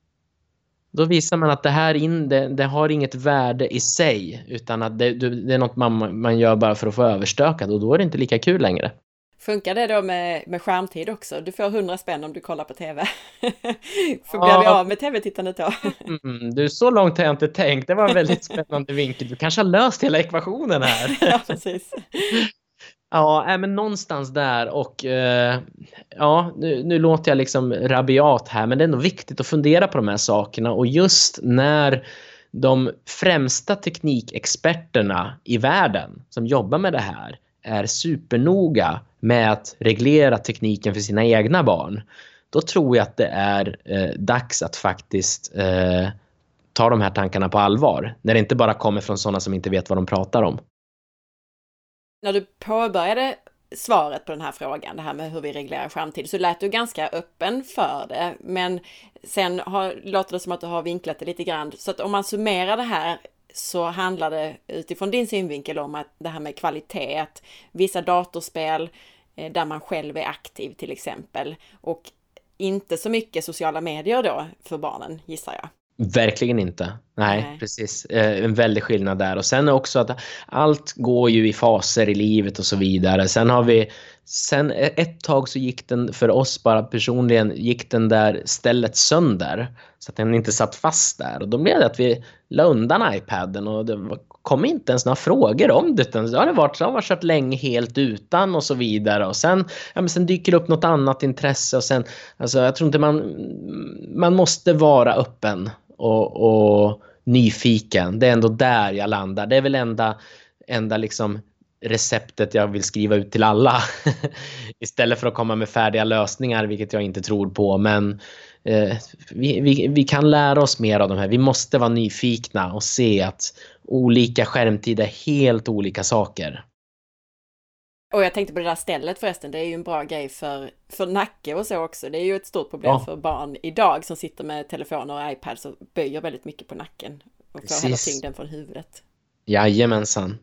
Då visar man att det här in, det, det har inget värde i sig, utan att det, det är något man, man gör bara för att få överstökat, och då är det inte lika kul längre. Funkar det då med, med skärmtid också? Du får hundra spänn om du kollar på tv. För blir vi av med tv-tittandet då? Mm, du, så långt har jag inte tänkt. Det var en väldigt spännande vinkel. Du kanske har löst hela ekvationen här. Ja, precis. Ja, men någonstans där, och eh, ja, nu, nu låter jag liksom rabiat här, men det är nog viktigt att fundera på de här sakerna. Och just när de främsta teknikexperterna i världen som jobbar med det här är supernoga med att reglera tekniken för sina egna barn, då tror jag att det är eh, dags att faktiskt eh, ta de här tankarna på allvar. När det inte bara kommer från sådana som inte vet vad de pratar om. När du påbörjade svaret på den här frågan, det här med hur vi reglerar skärmtid, så lät du ganska öppen för det. Men sen har, låter det som att du har vinklat det lite grann. Så att om man summerar det här, så handlar det utifrån din synvinkel om att det här med kvalitet, att vissa datorspel eh, där man själv är aktiv till exempel, och inte så mycket sociala medier då för barnen, gissar jag. Verkligen inte. Nej, Nej. precis. Eh, en väldig skillnad där. Och sen också att allt går ju i faser i livet och så vidare. Sen har vi, sen ett tag så gick den, för oss bara personligen, gick den där stället sönder. Så att den inte satt fast där. Och då blev det att vi la undan iPaden, och det kom inte ens några frågor om det. Utan det har det varit, så har man kört länge helt utan och så vidare. Och sen, ja, men sen dyker det upp något annat intresse. Och sen, alltså jag tror inte man, man måste vara öppen och, och nyfiken. Det är ändå där jag landar. Det är väl enda, enda liksom receptet jag vill skriva ut till alla. Istället för att komma med färdiga lösningar, vilket jag inte tror på. Men eh, vi, vi, vi kan lära oss mer av de här. Vi måste vara nyfikna och se att olika skärmtider är helt olika saker. Och jag tänkte på det där stället förresten, det är ju en bra grej för, för nacke och så också. Det är ju ett stort problem ja. för barn idag som sitter med telefoner och iPads och böjer väldigt mycket på nacken och får hela tyngden från huvudet. Jajamensan.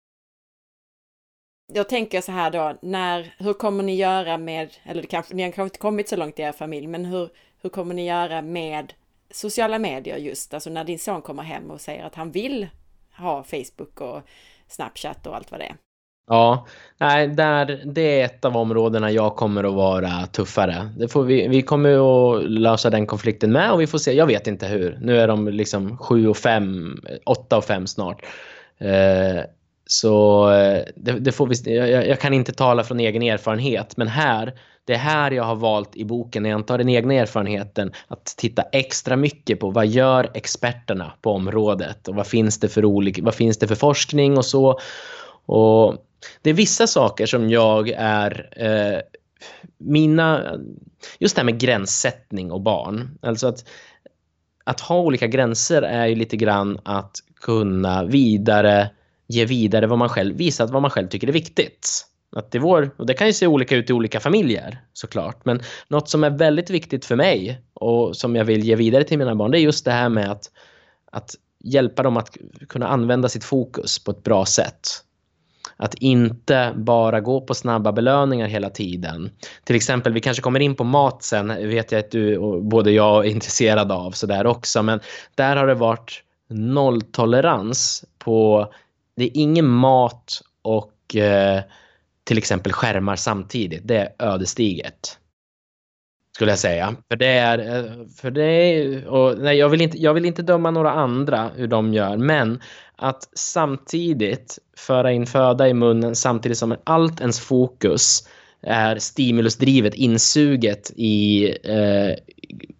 Jag tänker så här då, när, hur kommer ni göra med, eller det kanske, ni har kanske inte kommit så långt i er familj, men hur, hur kommer ni göra med sociala medier just? Alltså när din son kommer hem och säger att han vill ha Facebook och Snapchat och allt vad det är. Ja, nej, där, det är ett av områdena jag kommer att vara tuffare. Det får vi, vi kommer att lösa den konflikten med, och vi får se, jag vet inte hur. Nu är de liksom sju och fem, åtta och fem snart. Eh, så det, det får vi, jag, jag kan inte tala från egen erfarenhet, men här, det är här jag har valt i boken, när jag inte har den egna erfarenheten, att titta extra mycket på vad gör experterna på området, och vad finns det för olika, vad finns det för forskning och så. Och det är vissa saker som jag är eh, mina, just det här med gränssättning och barn, alltså att att ha olika gränser är ju lite grann att kunna vidare ge vidare vad man själv visat vad man själv tycker är viktigt. Att det vår, och det kan ju se olika ut i olika familjer såklart, men något som är väldigt viktigt för mig och som jag vill ge vidare till mina barn, det är just det här med att att hjälpa dem att kunna använda sitt fokus på ett bra sätt. Att inte bara gå på snabba belöningar hela tiden. Till exempel, vi kanske kommer in på mat sen, vet jag att du och både jag är intresserad av så där också, men där har det varit nolltolerans på, det är ingen mat och eh, till exempel skärmar samtidigt. Det är ödesdigert, skulle jag säga. För det är, för det är och nej, jag vill inte, jag vill inte döma några andra hur de gör, men att samtidigt föra in föda i munnen samtidigt som allt ens fokus är stimulusdrivet, insuget i, eh,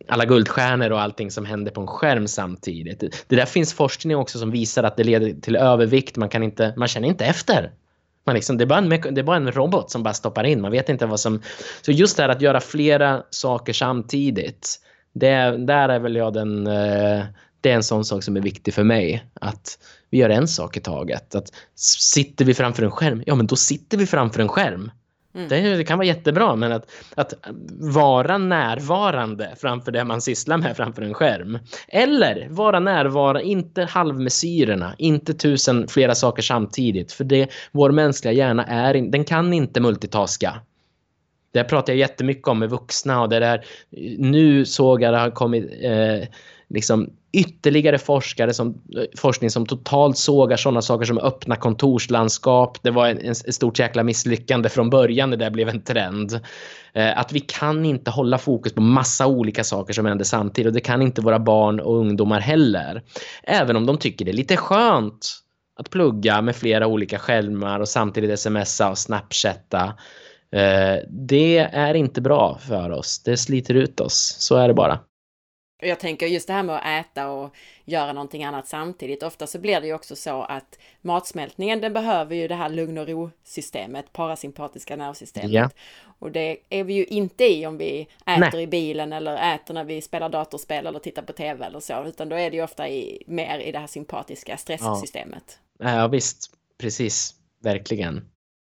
alla guldstjärnor och allting som händer på en skärm samtidigt. Det där finns forskning också som visar att det leder till övervikt. Man kan inte, man känner inte efter. Man liksom, det, är bara en, det är bara en robot som bara stoppar in. Man vet inte vad som... Så just det här att göra flera saker samtidigt, det, där är väl jag den... Det är en sån sak som är viktig för mig. Att vi gör en sak i taget. Att sitter vi framför en skärm, ja men då sitter vi framför en skärm. Mm. Det, det kan vara jättebra, men att, att vara närvarande framför det man sysslar med framför en skärm. Eller vara närvarande, inte halvmesyrerna, inte tusen flera saker samtidigt. För det, vår mänskliga hjärna är, den kan inte multitaska. Det pratar jag jättemycket om med vuxna, och det där, nu såg jag det har kommit eh, liksom ytterligare forskare som, forskning som totalt sågar sådana saker som öppna kontorslandskap. Det var en, en, en stort jäkla misslyckande från början när det blev en trend. Eh, att vi kan inte hålla fokus på massa olika saker som händer samtidigt, och det kan inte våra barn och ungdomar heller. Även om de tycker det är lite skönt att plugga med flera olika skärmar och samtidigt smsa och snapchatta. Eh, det är inte bra för oss. Det sliter ut oss. Så är det bara. Jag tänker just det här med att äta och göra någonting annat samtidigt. Ofta så blir det ju också så att matsmältningen, den behöver ju det här lugn- och ro-systemet, parasympatiska nervsystemet. Ja. Och det är vi ju inte i om vi äter Nej. i bilen eller äter när vi spelar datorspel eller tittar på tv eller så. Utan då är det ju ofta i, mer i det här sympatiska stresssystemet. Ja, ja visst. Precis. Verkligen.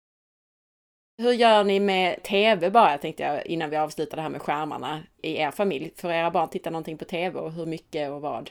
Hur gör ni med tv bara, tänkte jag, innan vi avslutar det här med skärmarna i er familj? Får era barn titta någonting på tv, och hur mycket och vad?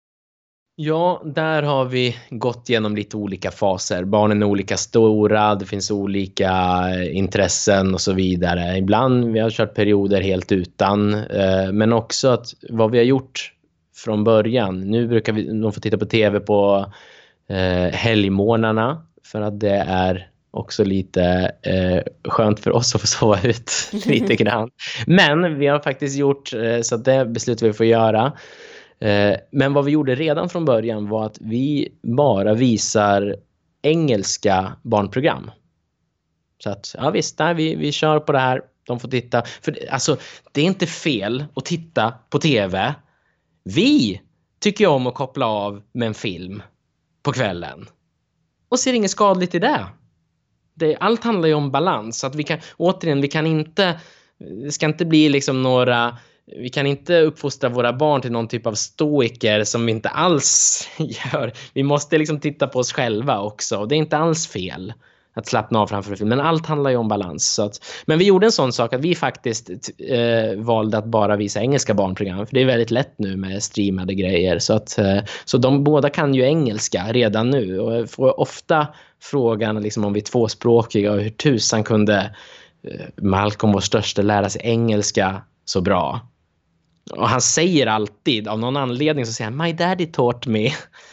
Ja, där har vi gått igenom lite olika faser. Barnen är olika stora, det finns olika intressen och så vidare. Ibland vi har kört perioder helt utan, men också att vad vi har gjort från början. Nu brukar vi, de få titta på tv på helgmorgnarna, för att det är också lite eh, skönt för oss att få sova ut lite grann. Men vi har faktiskt gjort eh, så att det beslut vi får göra. Eh, men vad vi gjorde redan från början var att vi bara visar engelska barnprogram. Så att, ja visst, där, vi, vi kör på det här. De får titta. För alltså, det är inte fel att titta på tv. Vi tycker om att koppla av med en film på kvällen. Och ser inget skadligt i det. Det, allt handlar ju om balans. Att vi kan, återigen, vi kan inte, det ska inte bli liksom några, vi kan inte uppfostra våra barn till någon typ av stoiker som vi inte alls gör. Vi måste liksom titta på oss själva också. Det är inte alls fel att slappna av framför film. Men allt handlar ju om balans. Så att, men vi gjorde en sån sak att vi faktiskt eh, valde att bara visa engelska barnprogram. För det är väldigt lätt nu med streamade grejer. Så, att, eh, så de båda kan ju engelska redan nu. Och jag får ofta frågan liksom, om vi är tvåspråkiga och hur tusan kunde eh, Malcolm, vår största, lära sig engelska så bra. Och han säger alltid, av någon anledning så säger han, my daddy taught me.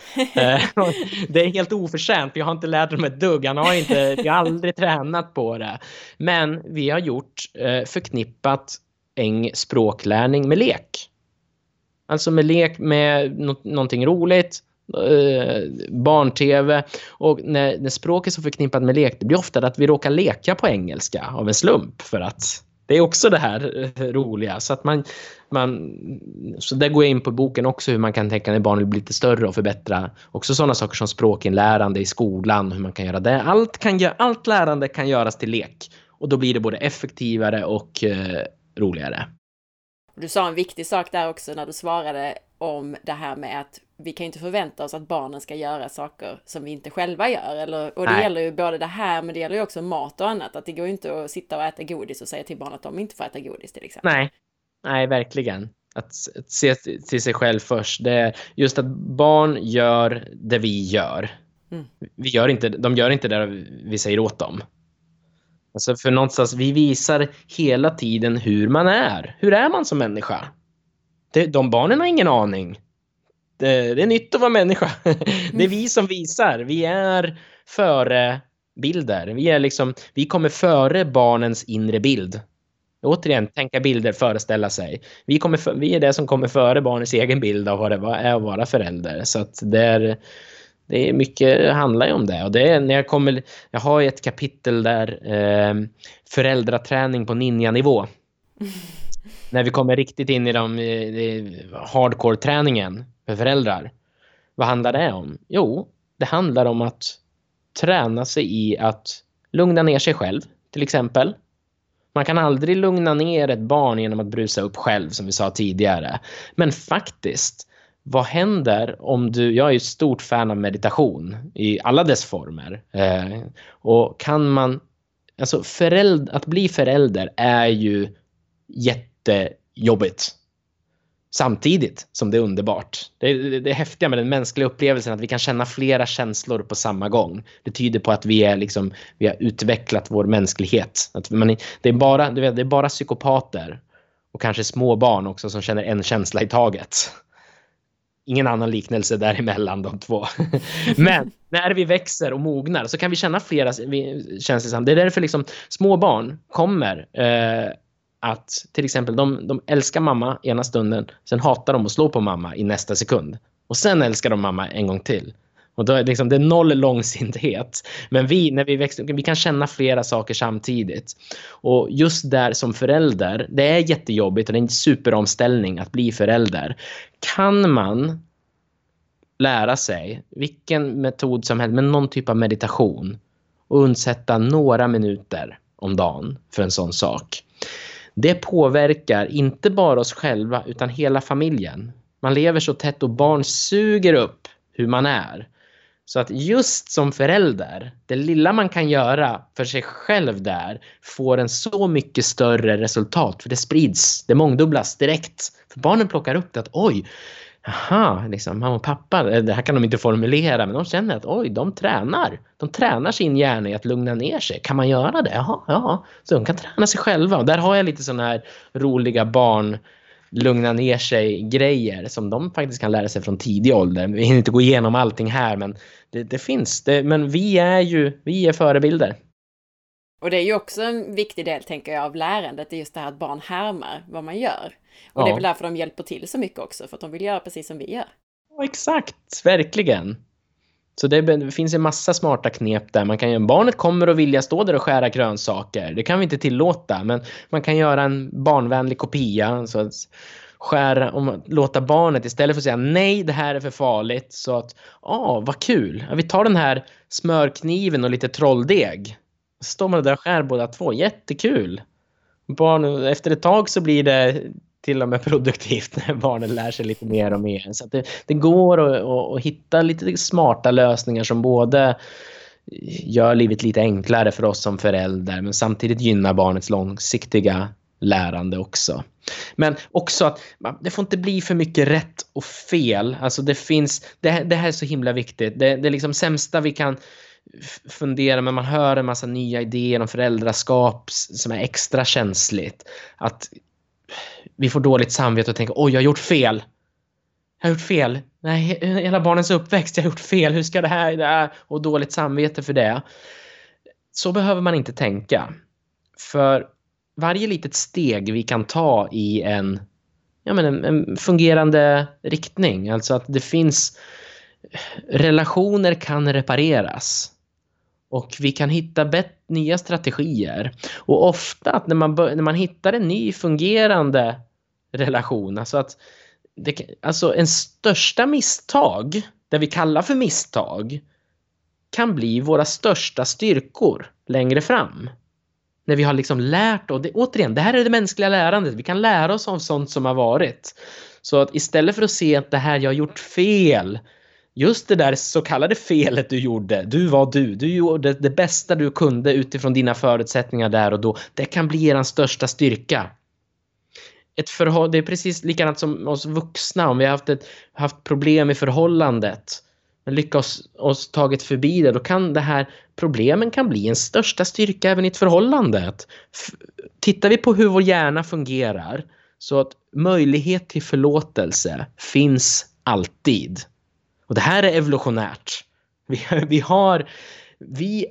Det är helt oförtjänt, för jag har inte lärt dem ett dugg. Han har inte, jag har aldrig tränat på det. Men vi har gjort eh, förknippat en språklärning med lek. Alltså med lek med no- någonting roligt, eh, barn-tv. Och när, när språk är så förknippat med lek, det blir ofta att vi råkar leka på engelska av en slump, för att det är också det här roliga. Så att man, man, så där går jag in på boken också, hur man kan tänka när barnen blir lite större och förbättra. Också sådana saker som språkinlärande i skolan, hur man kan göra det. Allt, kan, allt lärande kan göras till lek. Och då blir det både effektivare och eh, roligare. Du sa en viktig sak där också när du svarade om det här med att vi kan inte förvänta oss att barnen ska göra saker som vi inte själva gör. Eller, och det Nej. gäller ju både det här, men det gäller ju också mat och annat. Att det går inte att sitta och äta godis och säga till barnen att de inte får äta godis till exempel. Nej, Nej verkligen. Att, att se till sig själv först. Det är just att barn gör det vi gör. Mm. Vi gör inte, de gör inte det vi säger åt dem. Alltså för någonstans, vi visar hela tiden hur man är. Hur är man som människa? Det, de barnen har ingen aning. Det, det är nytt att vara människa. Det är vi som visar. Vi är före bilder. Vi, är liksom, vi kommer före barnens inre bild. Återigen, tänka bilder, föreställa sig. Vi, kommer för, vi är det som kommer före barnens egen bild av vad det är att vara förälder. Så att det är... Det är mycket, det handlar ju om det. Och det är när jag kommer, jag har ett kapitel där eh, föräldraträning på ninja-nivå. när vi kommer riktigt in i de hardcore-träningen för föräldrar, vad handlar det om? Jo, det handlar om att träna sig i att lugna ner sig själv, till exempel. Man kan aldrig lugna ner ett barn genom att brusa upp själv, som vi sa tidigare. Men faktiskt, vad händer om du... Jag är ju ett stort fan av meditation i alla dess former. Eh, och kan man... Alltså förälder, att bli förälder är ju jättejobbigt. Samtidigt som det är underbart. Det är, det är häftiga med den mänskliga upplevelsen att vi kan känna flera känslor på samma gång. Det tyder på att vi är liksom, vi har utvecklat vår mänsklighet. Att man, det är bara, du vet, det är bara psykopater och kanske små barn också som känner en känsla i taget. Ingen annan liknelse däremellan de två. Men när vi växer och mognar så kan vi känna flera känslor. Det är därför liksom små barn kommer eh, att till exempel de, de älskar mamma ena stunden, sen hatar de att slå på mamma i nästa sekund. Och sen älskar de mamma en gång till. Och då är det, liksom, det är noll långsinthet. Men vi, när vi växer, vi kan känna flera saker samtidigt. Och just där som förälder, det är jättejobbigt och det är en superomställning att bli förälder. Kan man lära sig vilken metod som helst med någon typ av meditation och undsätta några minuter om dagen för en sån sak. Det påverkar inte bara oss själva utan hela familjen. Man lever så tätt och barn suger upp hur man är. Så att just som förälder, det lilla man kan göra för sig själv där får en så mycket större resultat. För det sprids, det mångdubblas direkt. För barnen plockar upp det att oj, aha, liksom, mamma och pappa, det här kan de inte formulera, men de känner att oj, de tränar. De tränar sin hjärna i att lugna ner sig. Kan man göra det? Jaha, ja. Så de kan träna sig själva. Och där har jag lite sådana här roliga barn lugna ner sig grejer som de faktiskt kan lära sig från tidig ålder. Vi hinner inte gå igenom allting här, men det, det finns. Det, men vi är ju vi är förebilder. Och det är ju också en viktig del, tänker jag, av lärandet. Det är just det här att barn härmar vad man gör. Och ja. Det är väl därför de hjälper till så mycket också. För att de vill göra precis som vi gör. Ja, exakt. Verkligen. Så det, det finns en massa smarta knep där. Man kan göra, barnet kommer att vilja stå där och skära grönsaker. Det kan vi inte tillåta. Men man kan göra en barnvänlig kopia. Så att skära, om, låta barnet istället för att säga nej, det här är för farligt. Så att, ja, vad kul. Ja, vi tar den här smörkniven och lite trolldeg. Så står man där och skär båda två. Jättekul. Barn, efter ett tag så blir det till och med produktivt när barnen lär sig lite mer och mer. Så att det, det går att, att, att hitta lite smarta lösningar som både gör livet lite enklare för oss som föräldrar men samtidigt gynnar barnets långsiktiga lärande också. Men också att det får inte bli för mycket rätt och fel. Alltså det finns, det, det här är så himla viktigt. Det, det är liksom sämsta vi kan fundera, men man hör en massa nya idéer om föräldraskap som är extra känsligt. Att vi får dåligt samvete och tänker, oj, jag har gjort fel. Jag har gjort fel. Nej, hela barnens uppväxt, jag har gjort fel. Hur ska det här, det här? Och dåligt samvete för det. Så behöver man inte tänka. För varje litet steg vi kan ta i en, ja, men en, en fungerande riktning. Alltså att det finns relationer kan repareras. Och vi kan hitta bet- nya strategier. Och ofta att när man, bör- när man hittar en ny fungerande relation. Alltså att det, alltså en största misstag, det vi kallar för misstag, kan bli våra största styrkor längre fram. När vi har liksom lärt oss, det, återigen, det här är det mänskliga lärandet. Vi kan lära oss av sånt som har varit. Så att istället för att se att det här jag har gjort fel, just det där så kallade felet du gjorde, du var du, du gjorde det bästa du kunde utifrån dina förutsättningar där och då, det kan bli er största styrka. Ett förhåll, det är precis likadant som oss vuxna, om vi har haft, ett, haft problem i förhållandet, men lyckas oss tagit förbi det, då kan det här problemen kan bli en största styrka även i ett förhållande. F- tittar vi på hur vår hjärna fungerar, så att möjlighet till förlåtelse finns alltid. Och det här är evolutionärt. Vi, vi har, vi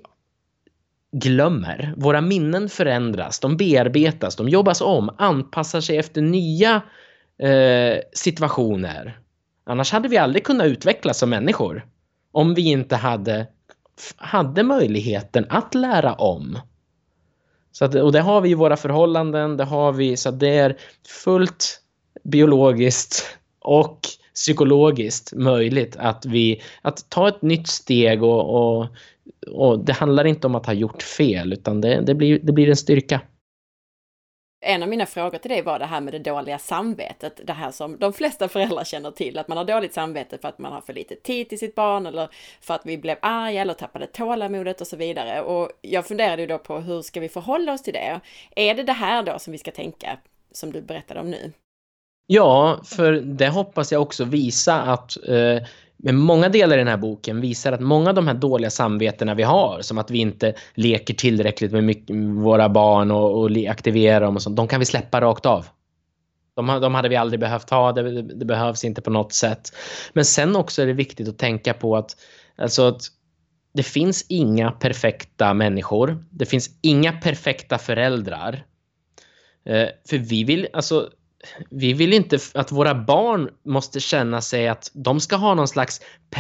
glömmer, våra minnen förändras, de bearbetas, de jobbas om, anpassar sig efter nya eh, situationer. Annars hade vi aldrig kunnat utvecklas som människor. Om vi inte hade, hade möjligheten att lära om. Så att, och det har vi i våra förhållanden, det har vi, så att det är fullt biologiskt och psykologiskt möjligt att vi att ta ett nytt steg och, och, och det handlar inte om att ha gjort fel, utan det, det, blir, det blir en styrka. En av mina frågor till dig var det här med det dåliga samvetet. Det här som de flesta föräldrar känner till. Att man har dåligt samvete för att man har för lite tid till sitt barn. Eller för att vi blev arga eller tappade tålamodet och så vidare. Och jag funderade ju då på hur ska vi förhålla oss till det? Är det det här då som vi ska tänka, som du berättade om nu? Ja, för det hoppas jag också visa att eh, med många delar i den här boken visar att många av de här dåliga samvetena vi har, som att vi inte leker tillräckligt med mycket, våra barn och, och aktiverar dem och sånt, de kan vi släppa rakt av. De, de hade vi aldrig behövt ha, det, det behövs inte på något sätt. Men sen också är det viktigt att tänka på att, alltså att det finns inga perfekta människor, det finns inga perfekta föräldrar. Eh, för vi vill, alltså vi vill inte att våra barn måste känna sig att de ska ha någon slags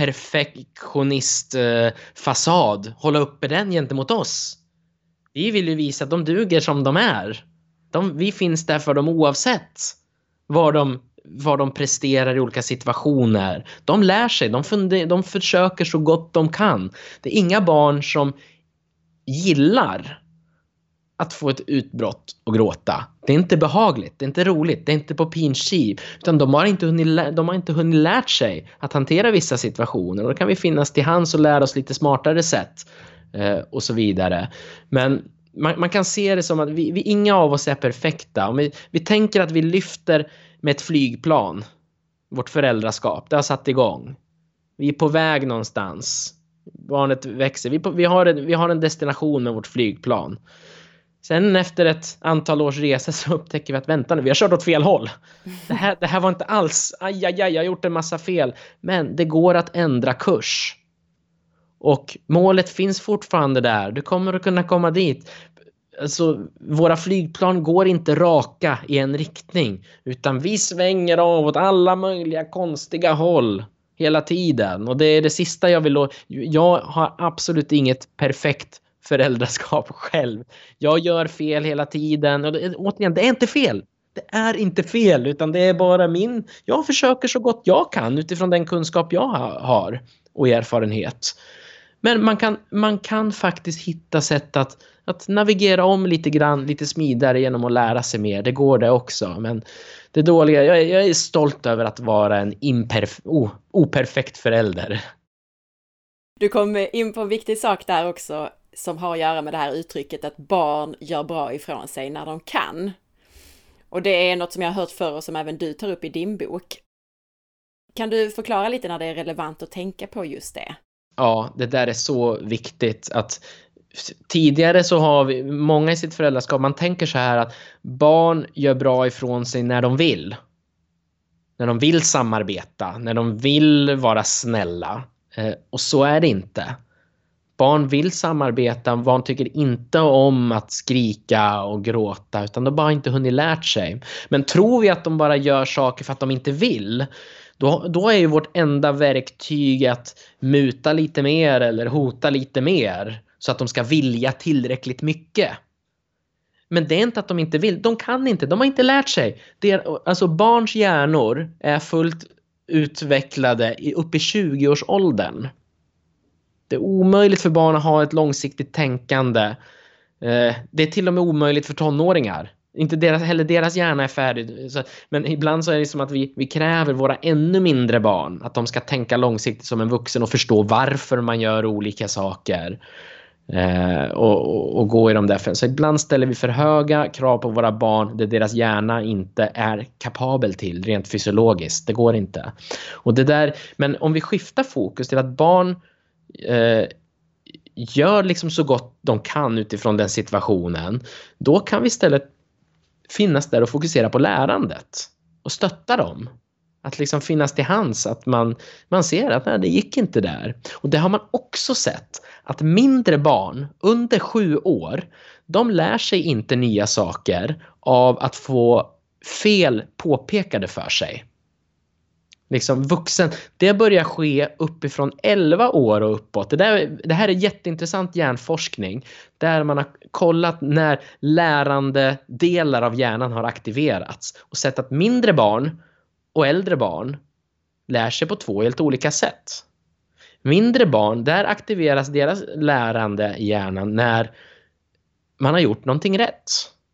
perfektionistfasad, hålla uppe den gentemot oss. Vi vill ju visa att de duger som de är. De, vi finns där för dem oavsett vad de, vad de presterar i olika situationer. De lär sig, de, funder, de försöker så gott de kan. Det är inga barn som gillar att få ett utbrott och gråta. Det är inte behagligt, det är inte roligt, det är inte på pinskiv, utan de har inte hunnit, de har inte hunnit lärt sig att hantera vissa situationer, och då kan vi finnas till hands och lära oss lite smartare sätt eh, och så vidare. Men man, man kan se det som att vi, vi inga av oss är perfekta. Om vi, vi tänker att vi lyfter med ett flygplan, vårt föräldraskap, det har satt igång. Vi är på väg någonstans. Barnet växer. Vi, på, vi, har, en, vi har en destination med vårt flygplan. Sen efter ett antal års resa så upptäcker vi att vänta nu, vi har kört åt fel håll. Det här, det här var inte alls, aj, aj, aj, jag har gjort en massa fel. Men det går att ändra kurs. Och målet finns fortfarande där. Du kommer att kunna komma dit. Alltså, våra flygplan går inte raka i en riktning. Utan vi svänger av åt alla möjliga konstiga håll hela tiden. Och det är det sista jag vill. Jag har absolut inget perfekt föräldraskap själv. Jag gör fel hela tiden. Och det, återigen, det är inte fel. Det är inte fel, utan det är bara min... Jag försöker så gott jag kan utifrån den kunskap jag har och erfarenhet. Men man kan, man kan faktiskt hitta sätt att, att navigera om lite grann, lite smidigare genom att lära sig mer. Det går det också. Men det dåliga, jag, jag är stolt över att vara en imperf- oh, operfekt förälder. Du kom in på en viktig sak där också, som har att göra med det här uttrycket att barn gör bra ifrån sig när de kan. Och det är något som jag har hört förr och som även du tar upp i din bok. Kan du förklara lite när det är relevant att tänka på just det? Ja, det där är så viktigt. Att tidigare så har vi, många i sitt föräldraskap, man tänker så här att barn gör bra ifrån sig när de vill. När de vill samarbeta, när de vill vara snälla. Eh, och så är det inte. Barn vill samarbeta, barn tycker inte om att skrika och gråta, utan de bara inte hunnit lärt sig. Men tror vi att de bara gör saker för att de inte vill, då, då är ju vårt enda verktyg att muta lite mer eller hota lite mer så att de ska vilja tillräckligt mycket. Men det är inte att de inte vill, de kan inte, de har inte lärt sig. Det är, alltså barns hjärnor är fullt utvecklade upp i tjugo-årsåldern. Det är omöjligt för barn att ha ett långsiktigt tänkande. Det är till och med omöjligt för tonåringar. Inte deras, heller deras hjärna är färdig. Men ibland så är det som att vi, vi kräver våra ännu mindre barn att de ska tänka långsiktigt som en vuxen och förstå varför man gör olika saker. Eh, och, och, och gå i de där. Så ibland ställer vi för höga krav på våra barn där deras hjärna inte är kapabel till rent fysiologiskt. Det går inte. Och det där, men om vi skiftar fokus till att barn eh, gör liksom så gott de kan utifrån den situationen, då kan vi istället finnas där och fokusera på lärandet och stötta dem. Att liksom finnas till hands, att man, man ser att nej, det gick inte där. Och det har man också sett, att mindre barn under sju år, de lär sig inte nya saker av att få fel påpekade för sig. Liksom vuxen, det börjar ske uppifrån elva år och uppåt. Det, där, det här är jätteintressant hjärnforskning där man har kollat när lärande delar av hjärnan har aktiverats och sett att mindre barn och äldre barn lär sig på två helt olika sätt. Mindre barn, där aktiveras deras lärande i hjärnan när man har gjort någonting rätt.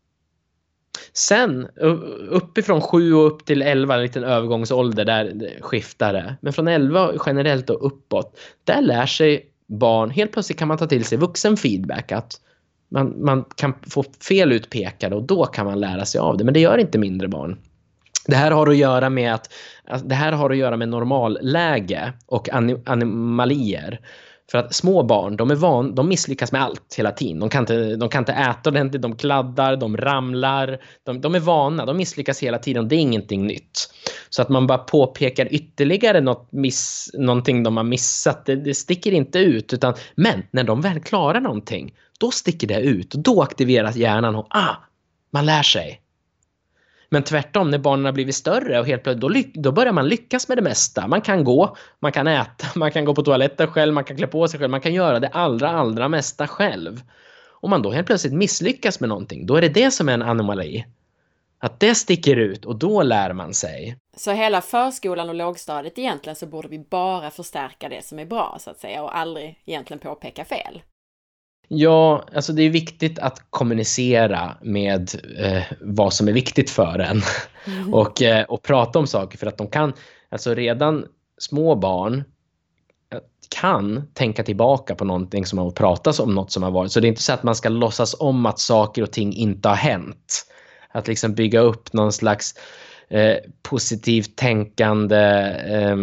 Sen uppifrån sju och upp till elva, en liten övergångsålder, där skiftar det. Men från elva generellt och uppåt, där lär sig barn, helt plötsligt kan man ta till sig vuxen feedback, att man, man kan få fel utpekade och då kan man lära sig av det. Men det gör inte mindre barn. Det här har att göra med att, att det här har att göra med normalläge och anomalier. För att små barn, de är van, de misslyckas med allt hela tiden. De kan inte, de kan inte äta ordentligt, de kladdar, de ramlar. De, de är vana, de misslyckas hela tiden. Det är ingenting nytt. Så att man bara påpekar ytterligare något miss, någonting de har missat, det, det sticker inte ut. Utan, men när de väl klarar någonting, då sticker det ut. Och då aktiveras hjärnan och ah, man lär sig. Men tvärtom, när barnen har blivit större och helt plötsligt, då, ly- då börjar man lyckas med det mesta. Man kan gå, man kan äta, man kan gå på toaletten själv, man kan klä på sig själv, man kan göra det allra, allra mesta själv. Om man då helt plötsligt misslyckas med någonting, då är det det som är en anomali. Att det sticker ut och då lär man sig. Så hela förskolan och lågstadiet egentligen så borde vi bara förstärka det som är bra så att säga och aldrig egentligen påpeka fel. Ja, alltså det är viktigt att kommunicera med eh, vad som är viktigt för en mm. och, eh, och prata om saker, för att de kan, alltså redan små barn kan tänka tillbaka på någonting som har pratats om, något som har varit. Så det är inte så att man ska låtsas om att saker och ting inte har hänt. Att liksom bygga upp någon slags eh, positivt tänkande eh,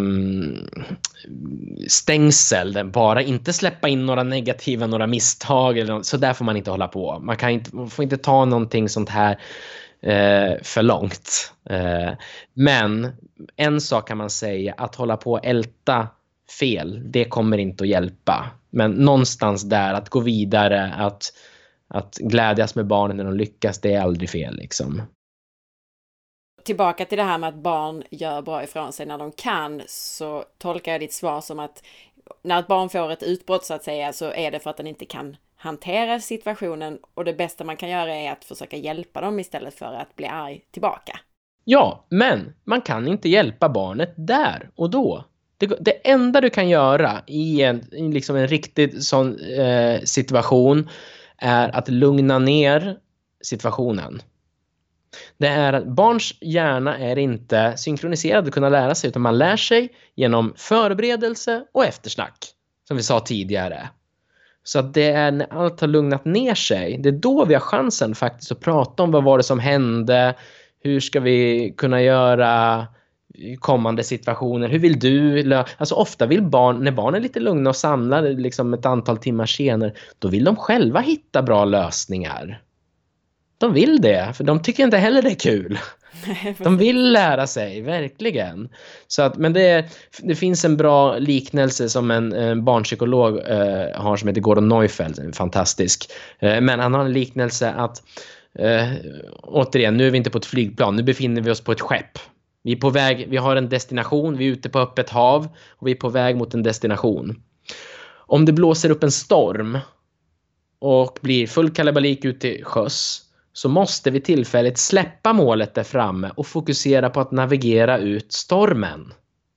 stängsel, där bara inte släppa in några negativa, några misstag eller något. Så där får man inte hålla på. Man kan inte, man får inte ta någonting sånt här eh, för långt. Eh, men en sak kan man säga, att hålla på och älta fel, det kommer inte att hjälpa. Men någonstans där, att gå vidare, att, att glädjas med barnen när de lyckas, det är aldrig fel liksom. Tillbaka till det här med att barn gör bra ifrån sig när de kan, så tolkar jag ditt svar som att när ett barn får ett utbrott så att säga, så är det för att den inte kan hantera situationen, och det bästa man kan göra är att försöka hjälpa dem istället för att bli arg tillbaka. Ja, men man kan inte hjälpa barnet där och då. Det, det enda du kan göra i en, i liksom en riktig sån eh, situation är att lugna ner situationen. Det är att barns hjärna är inte synkroniserad att kunna lära sig, utan man lär sig genom förberedelse och eftersnack, som vi sa tidigare. Så att det är när allt har lugnat ner sig, det är då vi har chansen faktiskt att prata om vad var det som hände, hur ska vi kunna göra kommande situationer, hur vill du, alltså ofta vill barn, när barn är lite lugna och samlar liksom ett antal timmar senare, då vill de själva hitta bra lösningar. De vill det, för de tycker inte heller det är kul. De vill lära sig, verkligen. Så att, men det, det finns en bra liknelse som en, en barnpsykolog eh, har, som heter Gordon Neufeld, fantastisk. Eh, men han har en liknelse att eh, återigen, nu är vi inte på ett flygplan, nu befinner vi oss på ett skepp. Vi är på väg, vi har en destination, vi är ute på öppet hav och vi är på väg mot en destination. Om det blåser upp en storm och blir full kalabalik ute i sjöss, så måste vi tillfälligt släppa målet där framme och fokusera på att navigera ut stormen.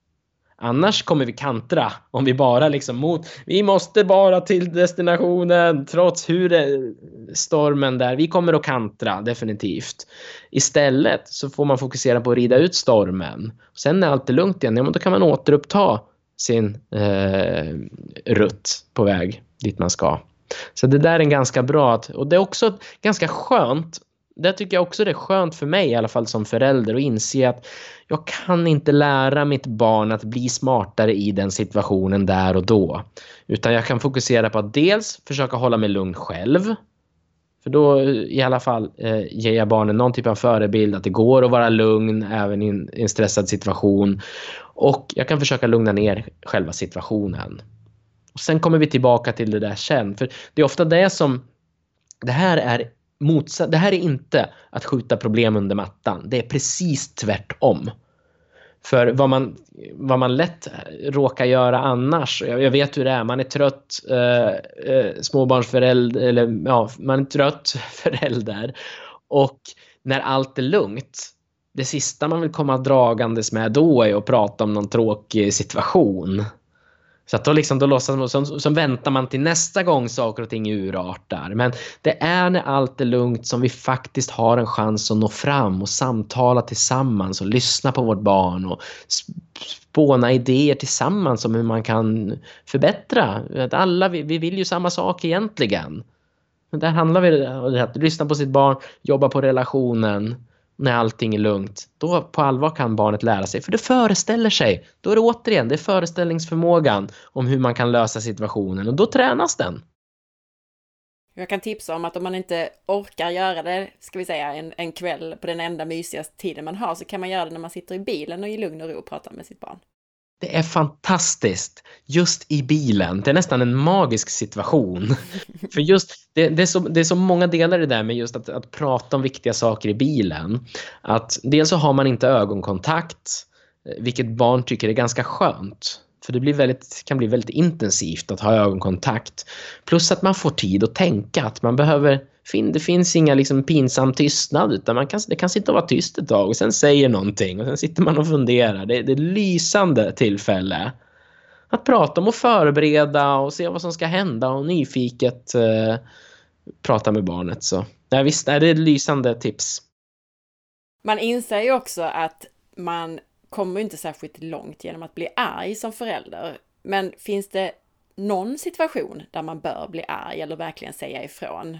Annars kommer vi kantra om vi bara liksom mot, vi måste bara till destinationen trots hur är stormen där, vi kommer att kantra definitivt. Istället så får man fokusera på att rida ut stormen. Sen när allt är lugnt igen, ja, men då kan man återuppta sin eh, rutt på väg dit man ska. Så det där är en ganska bra, och det är också ganska skönt. Det tycker jag också det är skönt för mig i alla fall som förälder, att inse att jag kan inte lära mitt barn att bli smartare i den situationen där och då. Utan jag kan fokusera på att dels försöka hålla mig lugn själv. För då i alla fall eh, ger jag barnen någon typ av förebild att det går att vara lugn även i en, i en stressad situation. Och jag kan försöka lugna ner själva situationen. Och sen kommer vi tillbaka till det där sen. För det är ofta det som, det här är motsatt, det här är inte att skjuta problem under mattan. Det är precis tvärtom. För vad man, vad man lätt råkar göra annars, jag, jag vet hur det är, man är trött eh, eh, småbarnsförälder, eller ja, man är trött förälder, och när allt är lugnt, det sista man vill komma dragandes med då är att prata om någon tråkig situation. Så att då, liksom, då låtsas man, så, så väntar man till nästa gång saker och ting urartar. Men det är när allt är lugnt som vi faktiskt har en chans att nå fram och samtala tillsammans och lyssna på vårt barn och spåna idéer tillsammans om hur man kan förbättra. Att alla, vi, vi vill ju samma sak egentligen. Men där handlar vi om att lyssna på sitt barn, jobba på relationen. När allting är lugnt, då på allvar kan barnet lära sig. För det föreställer sig. Då är det återigen, det är föreställningsförmågan om hur man kan lösa situationen. Och då tränas den. Jag kan tipsa om att om man inte orkar göra det, ska vi säga, en, en kväll på den enda mysigaste tiden man har, så kan man göra det när man sitter i bilen och i lugn och ro pratar med sitt barn. Det är fantastiskt. Just i bilen. Det är nästan en magisk situation. För just, det, det, är så, det är så många delar i det där med just att, att prata om viktiga saker i bilen. Att dels så har man inte ögonkontakt, vilket barn tycker är ganska skönt. För det blir väldigt, kan bli väldigt intensivt att ha ögonkontakt. Plus att man får tid att tänka. Att man behöver, det finns inga liksom pinsam tystnad, utan man kan, det kan sitta och vara tyst ett tag och sen säger någonting och sen sitter man och funderar. Det, det är ett lysande tillfälle att prata om och förbereda och se vad som ska hända och nyfiket eh, prata med barnet. Så ja, visst är det ett lysande tips. Man inser ju också att man kommer inte särskilt långt genom att bli arg som förälder. Men finns det någon situation där man bör bli arg eller verkligen säga ifrån?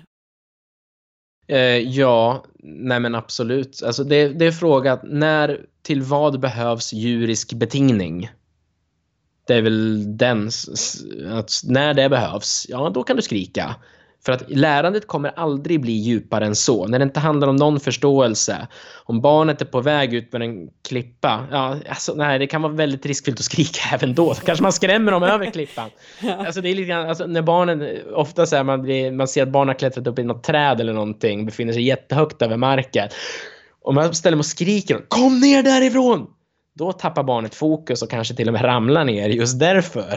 Eh, ja, nej men absolut. Alltså det, det är frågan, när till vad behövs djurisk betingning? Det är väl den, att när det behövs, ja då kan du skrika. För att lärandet kommer aldrig bli djupare än så. När det inte handlar om någon förståelse. Om barnet är på väg ut med en klippa. Ja, alltså, nej, det kan vara väldigt riskfyllt att skrika även då. Så kanske man skrämmer dem över klippan. Alltså, det är lite grann, alltså, när barnen, ofta så här, man, blir, man ser att barn har klättrat upp i något träd eller någonting. Befinner sig jättehögt över marken. Och man ställer dem och skriker. Kom ner därifrån! Då tappar barnet fokus och kanske till och med ramlar ner just därför.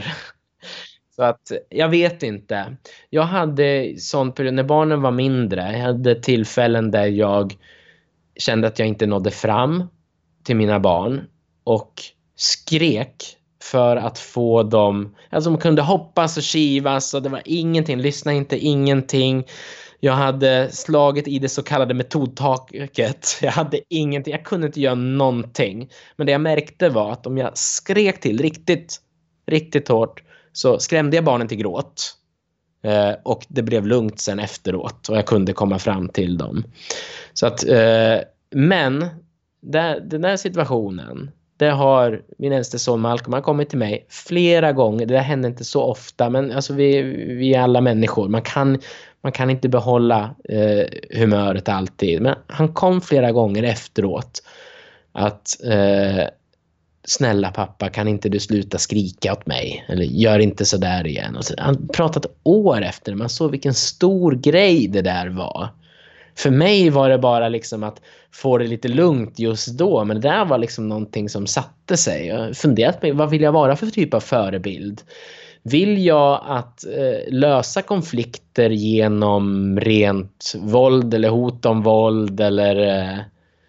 Så att jag vet inte. Jag hade sån period när barnen var mindre. Jag hade tillfällen där jag kände att jag inte nådde fram till mina barn och skrek för att få dem, alltså de kunde hoppas och kivas och det var ingenting, lyssna inte, ingenting. Jag hade slagit i det så kallade metodtaket. Jag hade ingenting, jag kunde inte göra någonting. Men det jag märkte var att om jag skrek till riktigt, riktigt hårt, så skrämde jag barnen till gråt. Eh, och det blev lugnt sen efteråt. Och jag kunde komma fram till dem. Så att, eh, men där, den där situationen, det har min äldste son Malcolm, han kommit till mig flera gånger. Det händer inte så ofta. Men alltså vi, vi är alla människor. Man kan, man kan inte behålla eh, humöret alltid. Men han kom flera gånger efteråt. Att... Eh, snälla pappa, kan inte du sluta skrika åt mig? Eller gör inte så där igen. Och så, han pratat år efter. Man såg vilken stor grej det där var. För mig var det bara liksom att få det lite lugnt just då. Men det där var liksom någonting som satte sig. Jag funderat på vad vill jag vara för typ av förebild? Vill jag att eh, lösa konflikter genom rent våld eller hot om våld eller... Eh,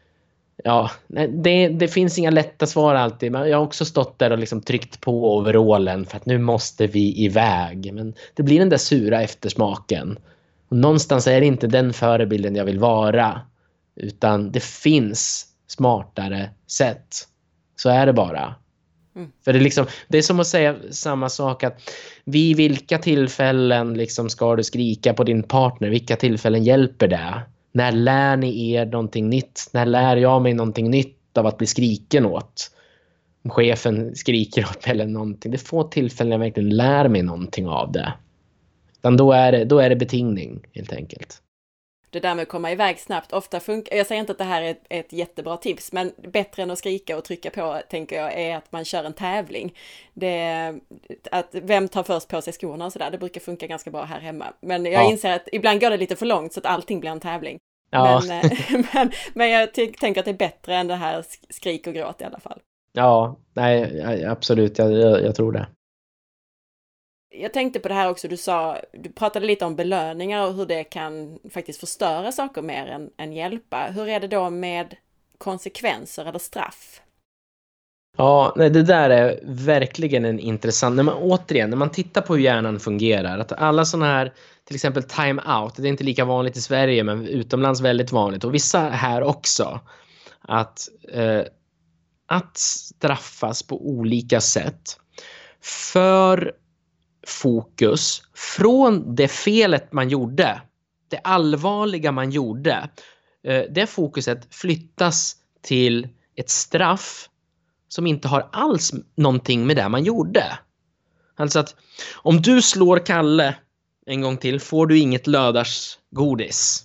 Ja, det, det finns inga lätta svar alltid. Men jag har också stått där och liksom tryckt på overallen för att nu måste vi iväg. Men det blir den där sura eftersmaken. Och någonstans är det inte den förebilden jag vill vara. Utan det finns smartare sätt. Så är det bara. Mm. För det är, liksom, det är som att säga samma sak. Att vid vilka tillfällen liksom ska du skrika på din partner? Vilka tillfällen hjälper det? När lär ni er någonting nytt? När lär jag mig någonting nytt av att bli skriken åt? Om chefen skriker åt mig eller någonting. Det är få tillfällen jag verkligen lär mig någonting av det. Utan då är det, då är det betingning helt enkelt. Det där med att komma iväg snabbt ofta funkar. Jag säger inte att det här är ett, ett jättebra tips, men bättre än att skrika och trycka på, tänker jag, är att man kör en tävling. Det, att vem tar först på sig skorna och sådär, det brukar funka ganska bra här hemma. Men jag ja. inser att ibland går det lite för långt så att allting blir en tävling. Ja. Men, men, men jag t- tänker att det är bättre än det här skrik och gråt i alla fall. Ja, nej, absolut. Jag, jag, jag tror det. Jag tänkte på det här också, du sa, du pratade lite om belöningar och hur det kan faktiskt förstöra saker mer än, än hjälpa. Hur är det då med konsekvenser eller straff? Ja, nej, det där är verkligen en intressant... När man, återigen, när man tittar på hur hjärnan fungerar, att alla sådana här, till exempel time-out, det är inte lika vanligt i Sverige, men utomlands väldigt vanligt, och vissa här också, att, eh, att straffas på olika sätt för fokus från det felet man gjorde, det allvarliga man gjorde, eh, det fokuset flyttas till ett straff som inte har alls någonting med det man gjorde. Alltså att om du slår Kalle en gång till får du inget lördagsgodis.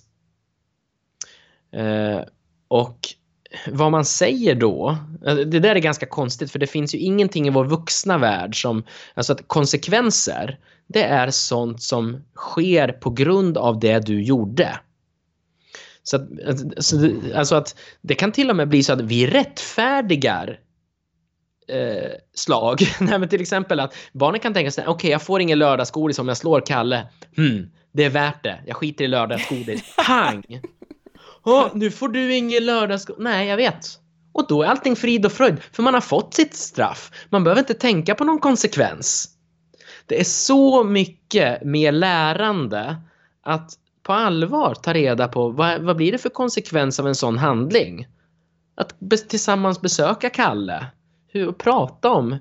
Eh, och vad man säger då, det där är ganska konstigt, för det finns ju ingenting i vår vuxna värld som, alltså att konsekvenser, det är sånt som sker på grund av det du gjorde. Så att, alltså att det kan till och med bli så att vi rättfärdigar eh, slag. Nej, men till exempel att barnen kan tänka sig, okej, okay, jag får ingen lördagsgodis om jag slår Kalle. Hmm, det är värt det. Jag skiter i lördagsgodis. Pang! Oh, nu får du ingen lördagsgodis. Nej, jag vet. Och då är allting frid och fröjd. För man har fått sitt straff. Man behöver inte tänka på någon konsekvens. Det är så mycket mer lärande att på allvar ta reda på vad, vad blir det för konsekvens av en sån handling. Att be- tillsammans besöka Kalle. Hur, och prata om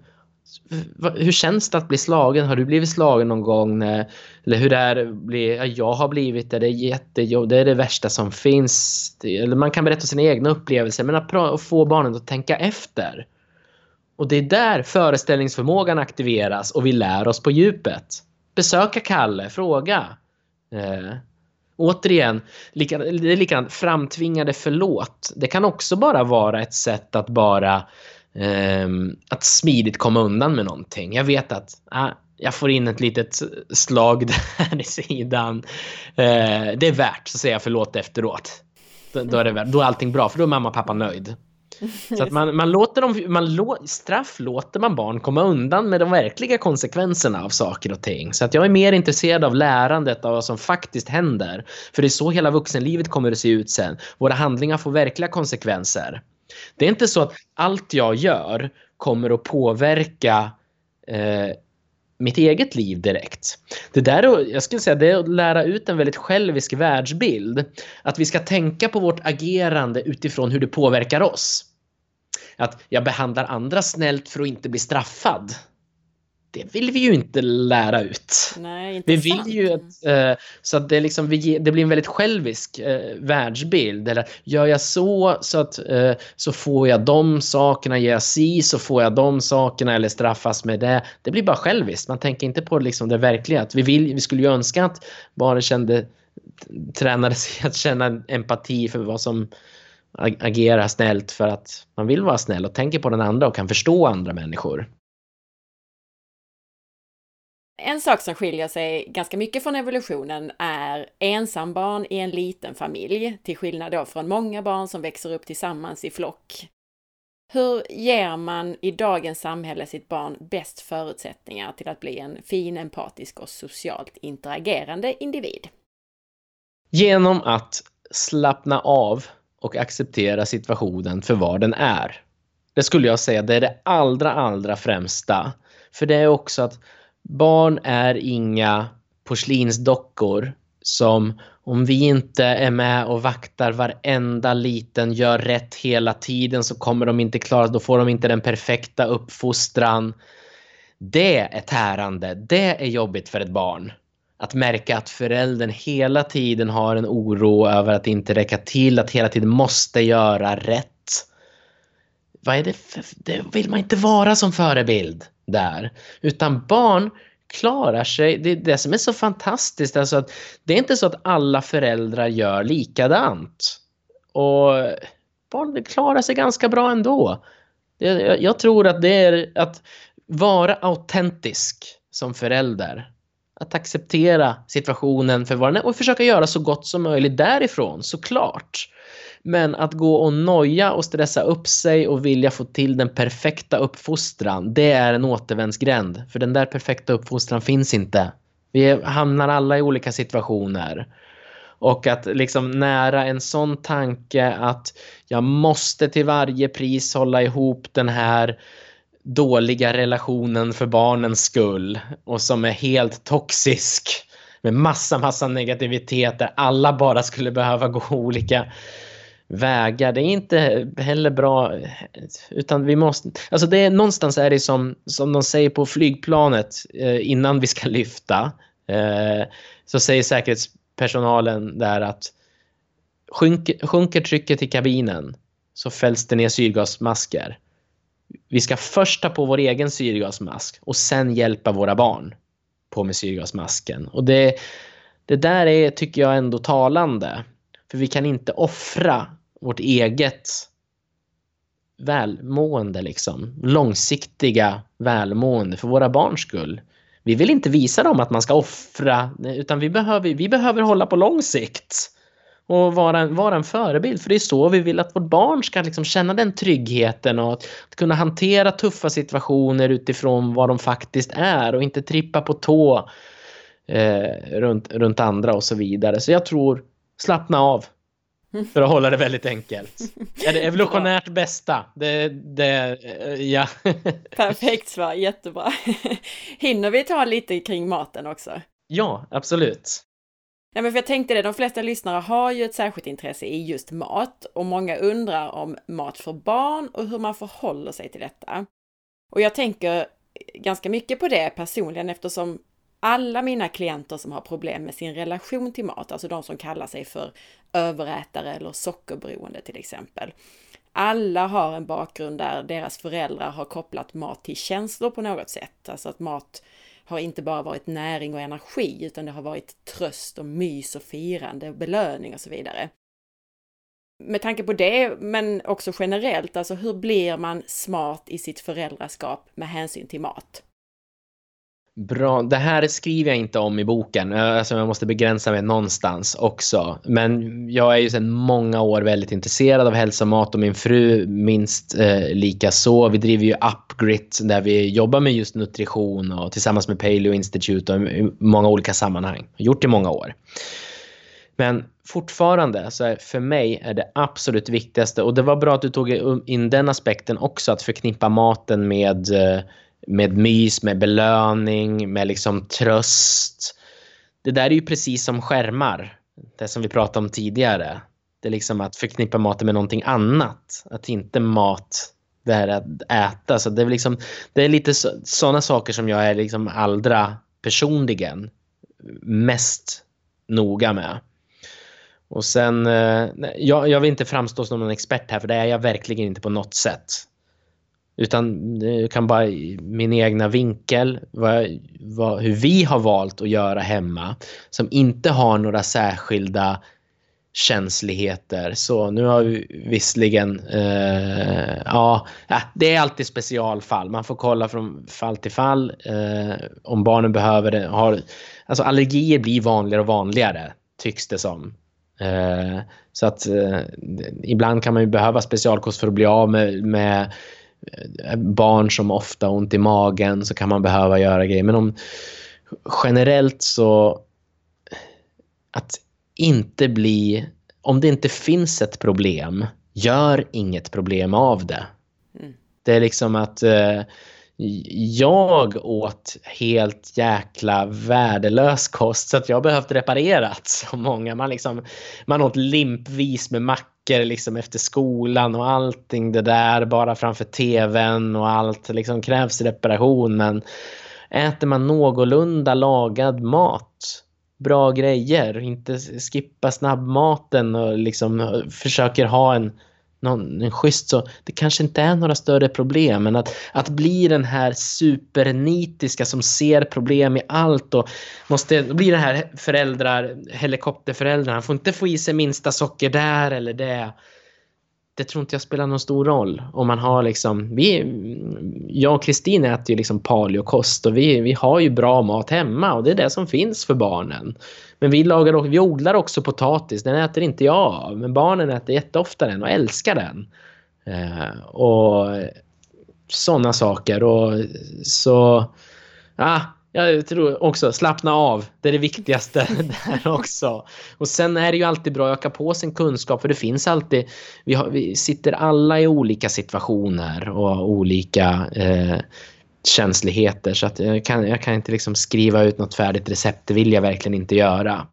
hur känns det att bli slagen? Har du blivit slagen någon gång? Eller hur det är bli, ja, jag har blivit det. Det är jättejobb, det är det värsta som finns. Eller man kan berätta sina egna upplevelser, men att, pra- att få barnen att tänka efter. Och det är där föreställningsförmågan aktiveras och vi lär oss på djupet. Besöka Kalle, fråga. Eh, återigen, lika, det är likadant framtvingade förlåt. Det kan också bara vara ett sätt att bara Um, att smidigt komma undan med någonting. Jag vet att ah, jag får in ett litet slag där i sidan. Uh, det är värt, så säger jag förlåt efteråt. Då, då, är det värt, då är allting bra, för då är mamma och pappa nöjd. Så att man, man låter dem, man lå, straff låter man barn komma undan med de verkliga konsekvenserna av saker och ting. Så att jag är mer intresserad av lärandet av vad som faktiskt händer. För det är så hela vuxenlivet kommer att se ut sen. Våra handlingar får verkliga konsekvenser. Det är inte så att allt jag gör kommer att påverka eh, mitt eget liv direkt. Det där, jag skulle säga, det är att lära ut en väldigt självisk världsbild. Att vi ska tänka på vårt agerande utifrån hur det påverkar oss. Att jag behandlar andra snällt för att inte bli straffad. Det vill vi ju inte lära ut. Nej, inte vi vill sant. ju att, eh, så att det, liksom, vi, det blir en väldigt självisk eh, världsbild. Eller gör jag så så, att, eh, så får jag de sakerna, gör jag si så får jag de sakerna eller straffas med det. Det blir bara själviskt. Man tänker inte på liksom, det verkliga. Att vi, vill, vi skulle ju önska att bara kände, tränade sig att känna empati för vad som agerar snällt, för att man vill vara snäll och tänker på den andra och kan förstå andra människor. En sak som skiljer sig ganska mycket från evolutionen är ensambarn i en liten familj, till skillnad då från många barn som växer upp tillsammans i flock. Hur ger man i dagens samhälle sitt barn bäst förutsättningar till att bli en fin, empatisk och socialt interagerande individ? Genom att slappna av och acceptera situationen för vad den är. Det skulle jag säga, det är det allra, allra främsta. För det är också att barn är inga porslinsdockor som, om vi inte är med och vaktar varenda liten, gör rätt hela tiden, så kommer de inte klara, då får de inte den perfekta uppfostran. Det är tärande, det är jobbigt för ett barn. Att märka att föräldern hela tiden har en oro över att inte räcka till, att hela tiden måste göra rätt. Vad är det för, det vill man inte vara som förebild där. Utan barn klarar sig, det är det som är så fantastiskt. Alltså att det är inte så att alla föräldrar gör likadant. Och barn klarar sig ganska bra ändå. Jag, jag tror att det är att vara autentisk som förälder. Att acceptera situationen för vad den är och försöka göra så gott som möjligt därifrån, såklart. Men att gå och noja och stressa upp sig och vilja få till den perfekta uppfostran, det är en återvändsgränd. För den där perfekta uppfostran finns inte. Vi hamnar alla i olika situationer. Och att liksom nära en sån tanke att jag måste till varje pris hålla ihop den här dåliga relationen för barnens skull. Och som är helt toxisk. Med massa, massa negativitet där alla bara skulle behöva gå olika vägar. Det är inte heller bra, utan vi måste, alltså det är någonstans är det som, som de säger på flygplanet eh, innan vi ska lyfta, eh, så säger säkerhetspersonalen där att sjunker, sjunker trycket i kabinen så fälls det ner syrgasmasker. Vi ska först ta på vår egen syrgasmask och sen hjälpa våra barn på med syrgasmasken. Och det, det där är, tycker jag, ändå talande. För vi kan inte offra vårt eget välmående, liksom. Långsiktiga välmående för våra barns skull. Vi vill inte visa dem att man ska offra, utan vi behöver, vi behöver hålla på lång sikt. Och vara, vara en förebild. För det är så vi vill att vårt barn ska liksom känna den tryggheten. Och att, att kunna hantera tuffa situationer utifrån vad de faktiskt är. Och inte trippa på tå eh, runt, runt andra och så vidare. Så jag tror, slappna av. För att hålla det väldigt enkelt. Är det evolutionärt bästa? Det, det, ja. Perfekt svar, jättebra. Hinner vi ta lite kring maten också? Ja, absolut. Nej, men för jag tänkte det, de flesta lyssnare har ju ett särskilt intresse i just mat. Och många undrar om mat för barn och hur man förhåller sig till detta. Och jag tänker ganska mycket på det personligen, eftersom alla mina klienter som har problem med sin relation till mat, alltså de som kallar sig för överätare eller sockerberoende till exempel. Alla har en bakgrund där deras föräldrar har kopplat mat till känslor på något sätt. Alltså att mat har inte bara varit näring och energi, utan det har varit tröst och mys och firande och belöning och så vidare. Med tanke på det, men också generellt, alltså hur blir man smart i sitt föräldraskap med hänsyn till mat? Bra, det här skriver jag inte om i boken. Alltså jag måste begränsa mig någonstans också. Men jag är ju sedan många år väldigt intresserad av hälsa och mat, och min fru minst eh, lika så. Vi driver ju UpGrit där vi jobbar med just nutrition och tillsammans med Paleo Institute och i många olika sammanhang. Gjort i många år. Men fortfarande så är, för mig är det absolut viktigaste, och det var bra att du tog in den aspekten också, att förknippa maten med eh, med mys, med belöning, med liksom tröst. Det där är ju precis som skärmar. Det som vi pratade om tidigare. Det är liksom att förknippa maten med någonting annat. Att inte mat, det här att äta. Så det är liksom, det är lite så, sådana saker som jag är liksom allra personligen mest noga med. Och sen, jag, jag vill inte framstå som någon expert här, för det är jag verkligen inte på något sätt. Utan jag kan bara min egna vinkel, vad, vad, hur vi har valt att göra hemma, som inte har några särskilda känsligheter. Så nu har vi visserligen, eh, ja, det är alltid specialfall. Man får kolla från fall till fall eh, om barnen behöver det. Har, alltså allergier blir vanligare och vanligare, tycks det som. Eh, så att eh, ibland kan man ju behöva specialkost för att bli av med, med barn som ofta har ont i magen, så kan man behöva göra grejer. Men om generellt så att inte bli, om det inte finns ett problem, gör inget problem av det. Mm. Det är liksom att eh, jag åt helt jäkla värdelös kost, så att jag behövt reparerat så många. Man liksom, man åt limpvis med mackor liksom efter skolan och allting det där, bara framför tvn och allt liksom krävs reparation. Men äter man någorlunda lagad mat, bra grejer, inte skippa snabbmaten och liksom försöker ha en någon, en schysst, så det kanske inte är några större problem. Men att, att bli den här supernitiska som ser problem i allt och måste bli den här föräldrar, helikopterföräldrarna, får inte få i sig minsta socker där eller det. det tror inte jag spelar någon stor roll. Om man har liksom, vi, jag och Kristin äter ju liksom paleokost och vi, vi har ju bra mat hemma och det är det som finns för barnen. Men vi, lagar, vi odlar också potatis, den äter inte jag av, men barnen äter jätteofta den och älskar den. Eh, och sådana saker. Och så, ja, jag tror också slappna av, det är det viktigaste där också. Och sen är det ju alltid bra att öka på sin kunskap, för det finns alltid, vi, har, vi sitter alla i olika situationer och olika eh, känsligheter, så att jag kan, jag kan inte liksom skriva ut något färdigt recept, det vill jag verkligen inte göra.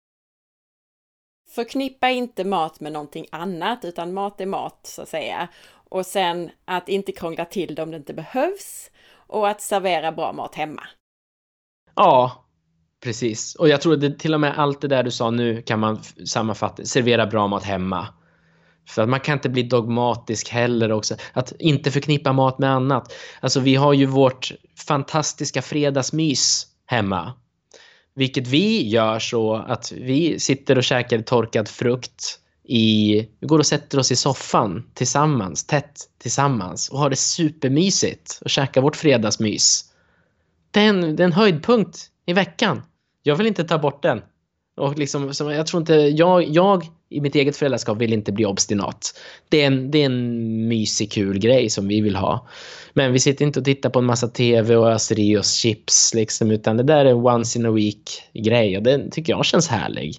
Förknippa inte mat med någonting annat, utan mat är mat så att säga. Och sen att inte krångla till det om det inte behövs, och att servera bra mat hemma. Ja, precis. Och jag tror att det, till och med allt det där du sa nu kan man sammanfatta. Servera bra mat hemma. För att man kan inte bli dogmatisk heller också. Att inte förknippa mat med annat. Alltså vi har ju vårt fantastiska fredagsmys hemma. Vilket vi gör så att vi sitter och käkar torkad frukt. I, vi går och sätter oss i soffan tillsammans, tätt tillsammans. Och har det supermysigt och käkar vårt fredagsmys. Det är, en, det är en höjdpunkt i veckan. Jag vill inte ta bort den. Och liksom, så jag tror inte, jag, jag i mitt eget föräldraskap vill inte bli obstinat. Det är, en, det är en mysig, kul grej som vi vill ha. Men vi sitter inte och tittar på en massa tv och öser i oss chips. Liksom, utan det där är en once in a week grej. Och det tycker jag känns härlig.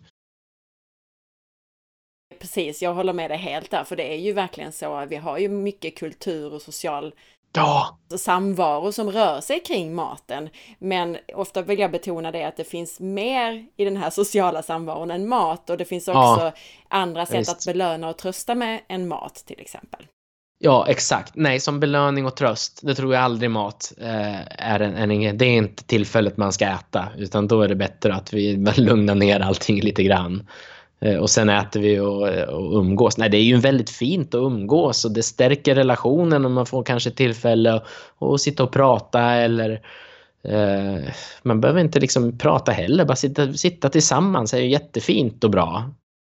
Precis, jag håller med dig helt där. För det är ju verkligen så. Vi har ju mycket kultur och social ja. samvaro som rör sig kring maten. Men ofta vill jag betona det att det finns mer i den här sociala samvaron än mat. Och det finns också ja, andra sätt visst. Att belöna och trösta med än mat till exempel. Ja, exakt. Nej, som belöning och tröst. Det tror jag aldrig mat eh, är en, en... Det är inte tillfället man ska äta. Utan då är det bättre att vi lugnar ner allting lite grann. Och sen äter vi och, och umgås. Nej, det är ju väldigt fint att umgås. Och det stärker relationen om man får kanske tillfälle att, att sitta och prata. Eller eh, man behöver inte liksom prata heller. Bara sitta, sitta tillsammans är ju jättefint och bra.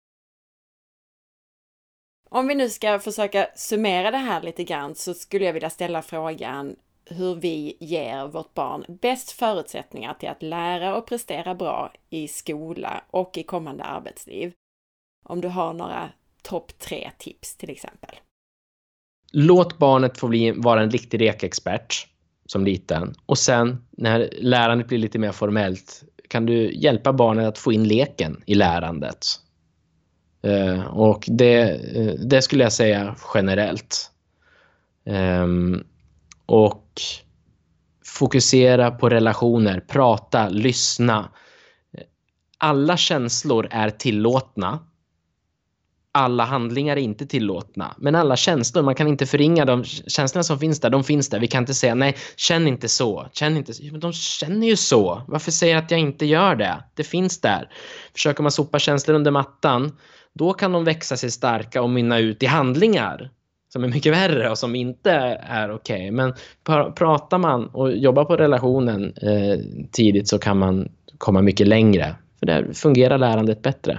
Om vi nu ska försöka summera det här lite grann, så skulle jag vilja ställa frågan hur vi ger vårt barn bäst förutsättningar till att lära och prestera bra i skola och i kommande arbetsliv. Om du har några topp tre tips till exempel. Låt barnet få bli, vara en riktig rekexpert som liten. Och sen när lärandet blir lite mer formellt kan du hjälpa barnet att få in leken i lärandet. Uh, och det, uh, det skulle jag säga generellt. Um, och fokusera på relationer, prata, lyssna. Alla känslor är tillåtna. Alla handlingar är inte tillåtna. Men alla känslor, man kan inte förringa de känslorna som finns där, de finns där. Vi kan inte säga, nej, känn inte så. Känn inte så. Men de känner ju så. Varför säger jag att jag inte gör det? Det finns där. Försöker man sopa känslor under mattan, då kan de växa sig starka och mynna ut i handlingar som är mycket värre och som inte är okej. Okay. Men pr- pratar man och jobbar på relationen eh, tidigt, så kan man komma mycket längre. För där fungerar lärandet bättre.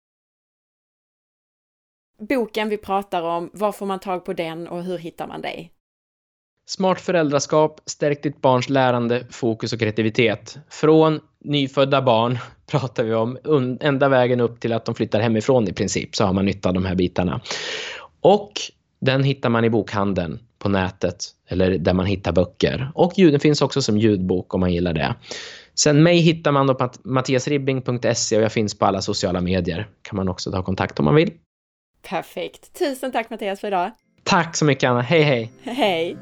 Boken vi pratar om, var får man tag på den och hur hittar man dig? Smart föräldraskap, stärk ditt barns lärande, fokus och kreativitet. Från nyfödda barn pratar vi om, ända vägen upp till att de flyttar hemifrån i princip, så har man nytta av de här bitarna. Och den hittar man i bokhandeln på nätet eller där man hittar böcker. Och den finns också som ljudbok om man gillar det. Sen mig hittar man på mattias ribbing punkt se och jag finns på alla sociala medier. Kan man också ta kontakt om man vill. Perfekt. Tusen tack Mattias för idag. Tack så mycket Anna. Hej hej. Hej.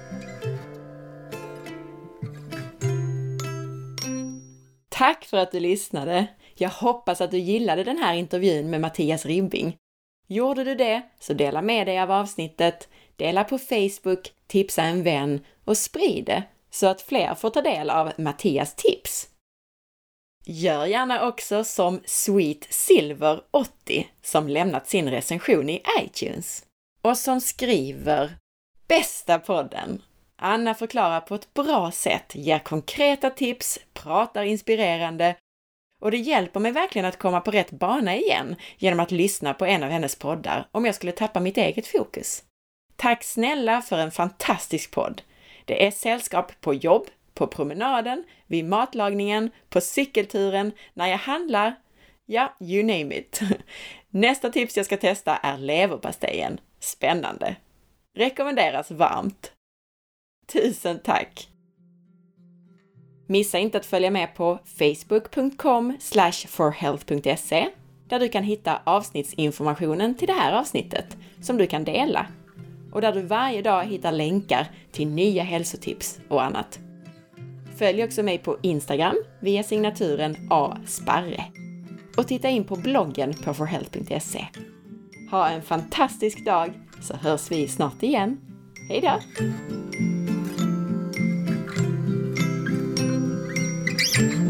Tack för att du lyssnade. Jag hoppas att du gillade den här intervjun med Mattias Ribbing. Gjorde du det, så dela med dig av avsnittet, dela på Facebook, tipsa en vän och sprid det så att fler får ta del av Mattias tips. Gör gärna också som Sweet Silver åttio som lämnat sin recension i iTunes och som skriver: bästa podden! Anna förklarar på ett bra sätt, ger konkreta tips, pratar inspirerande Och det hjälper mig verkligen att komma på rätt bana igen genom att lyssna på en av hennes poddar om jag skulle tappa mitt eget fokus. Tack snälla för en fantastisk podd. Det är sällskap på jobb, på promenaden, vid matlagningen, på cykelturen, när jag handlar. Ja, you name it. Nästa tips jag ska testa är leverpastejen. Spännande. Rekommenderas varmt. Tusen tack! Missa inte att följa med på facebook punkt com slash forhealth punkt se där du kan hitta avsnittsinformationen till det här avsnittet som du kan dela och där du varje dag hittar länkar till nya hälsotips och annat. Följ också mig på Instagram via signaturen A Sparre och titta in på bloggen på forhealth punkt se. Ha en fantastisk dag så hörs vi snart igen. Hej då!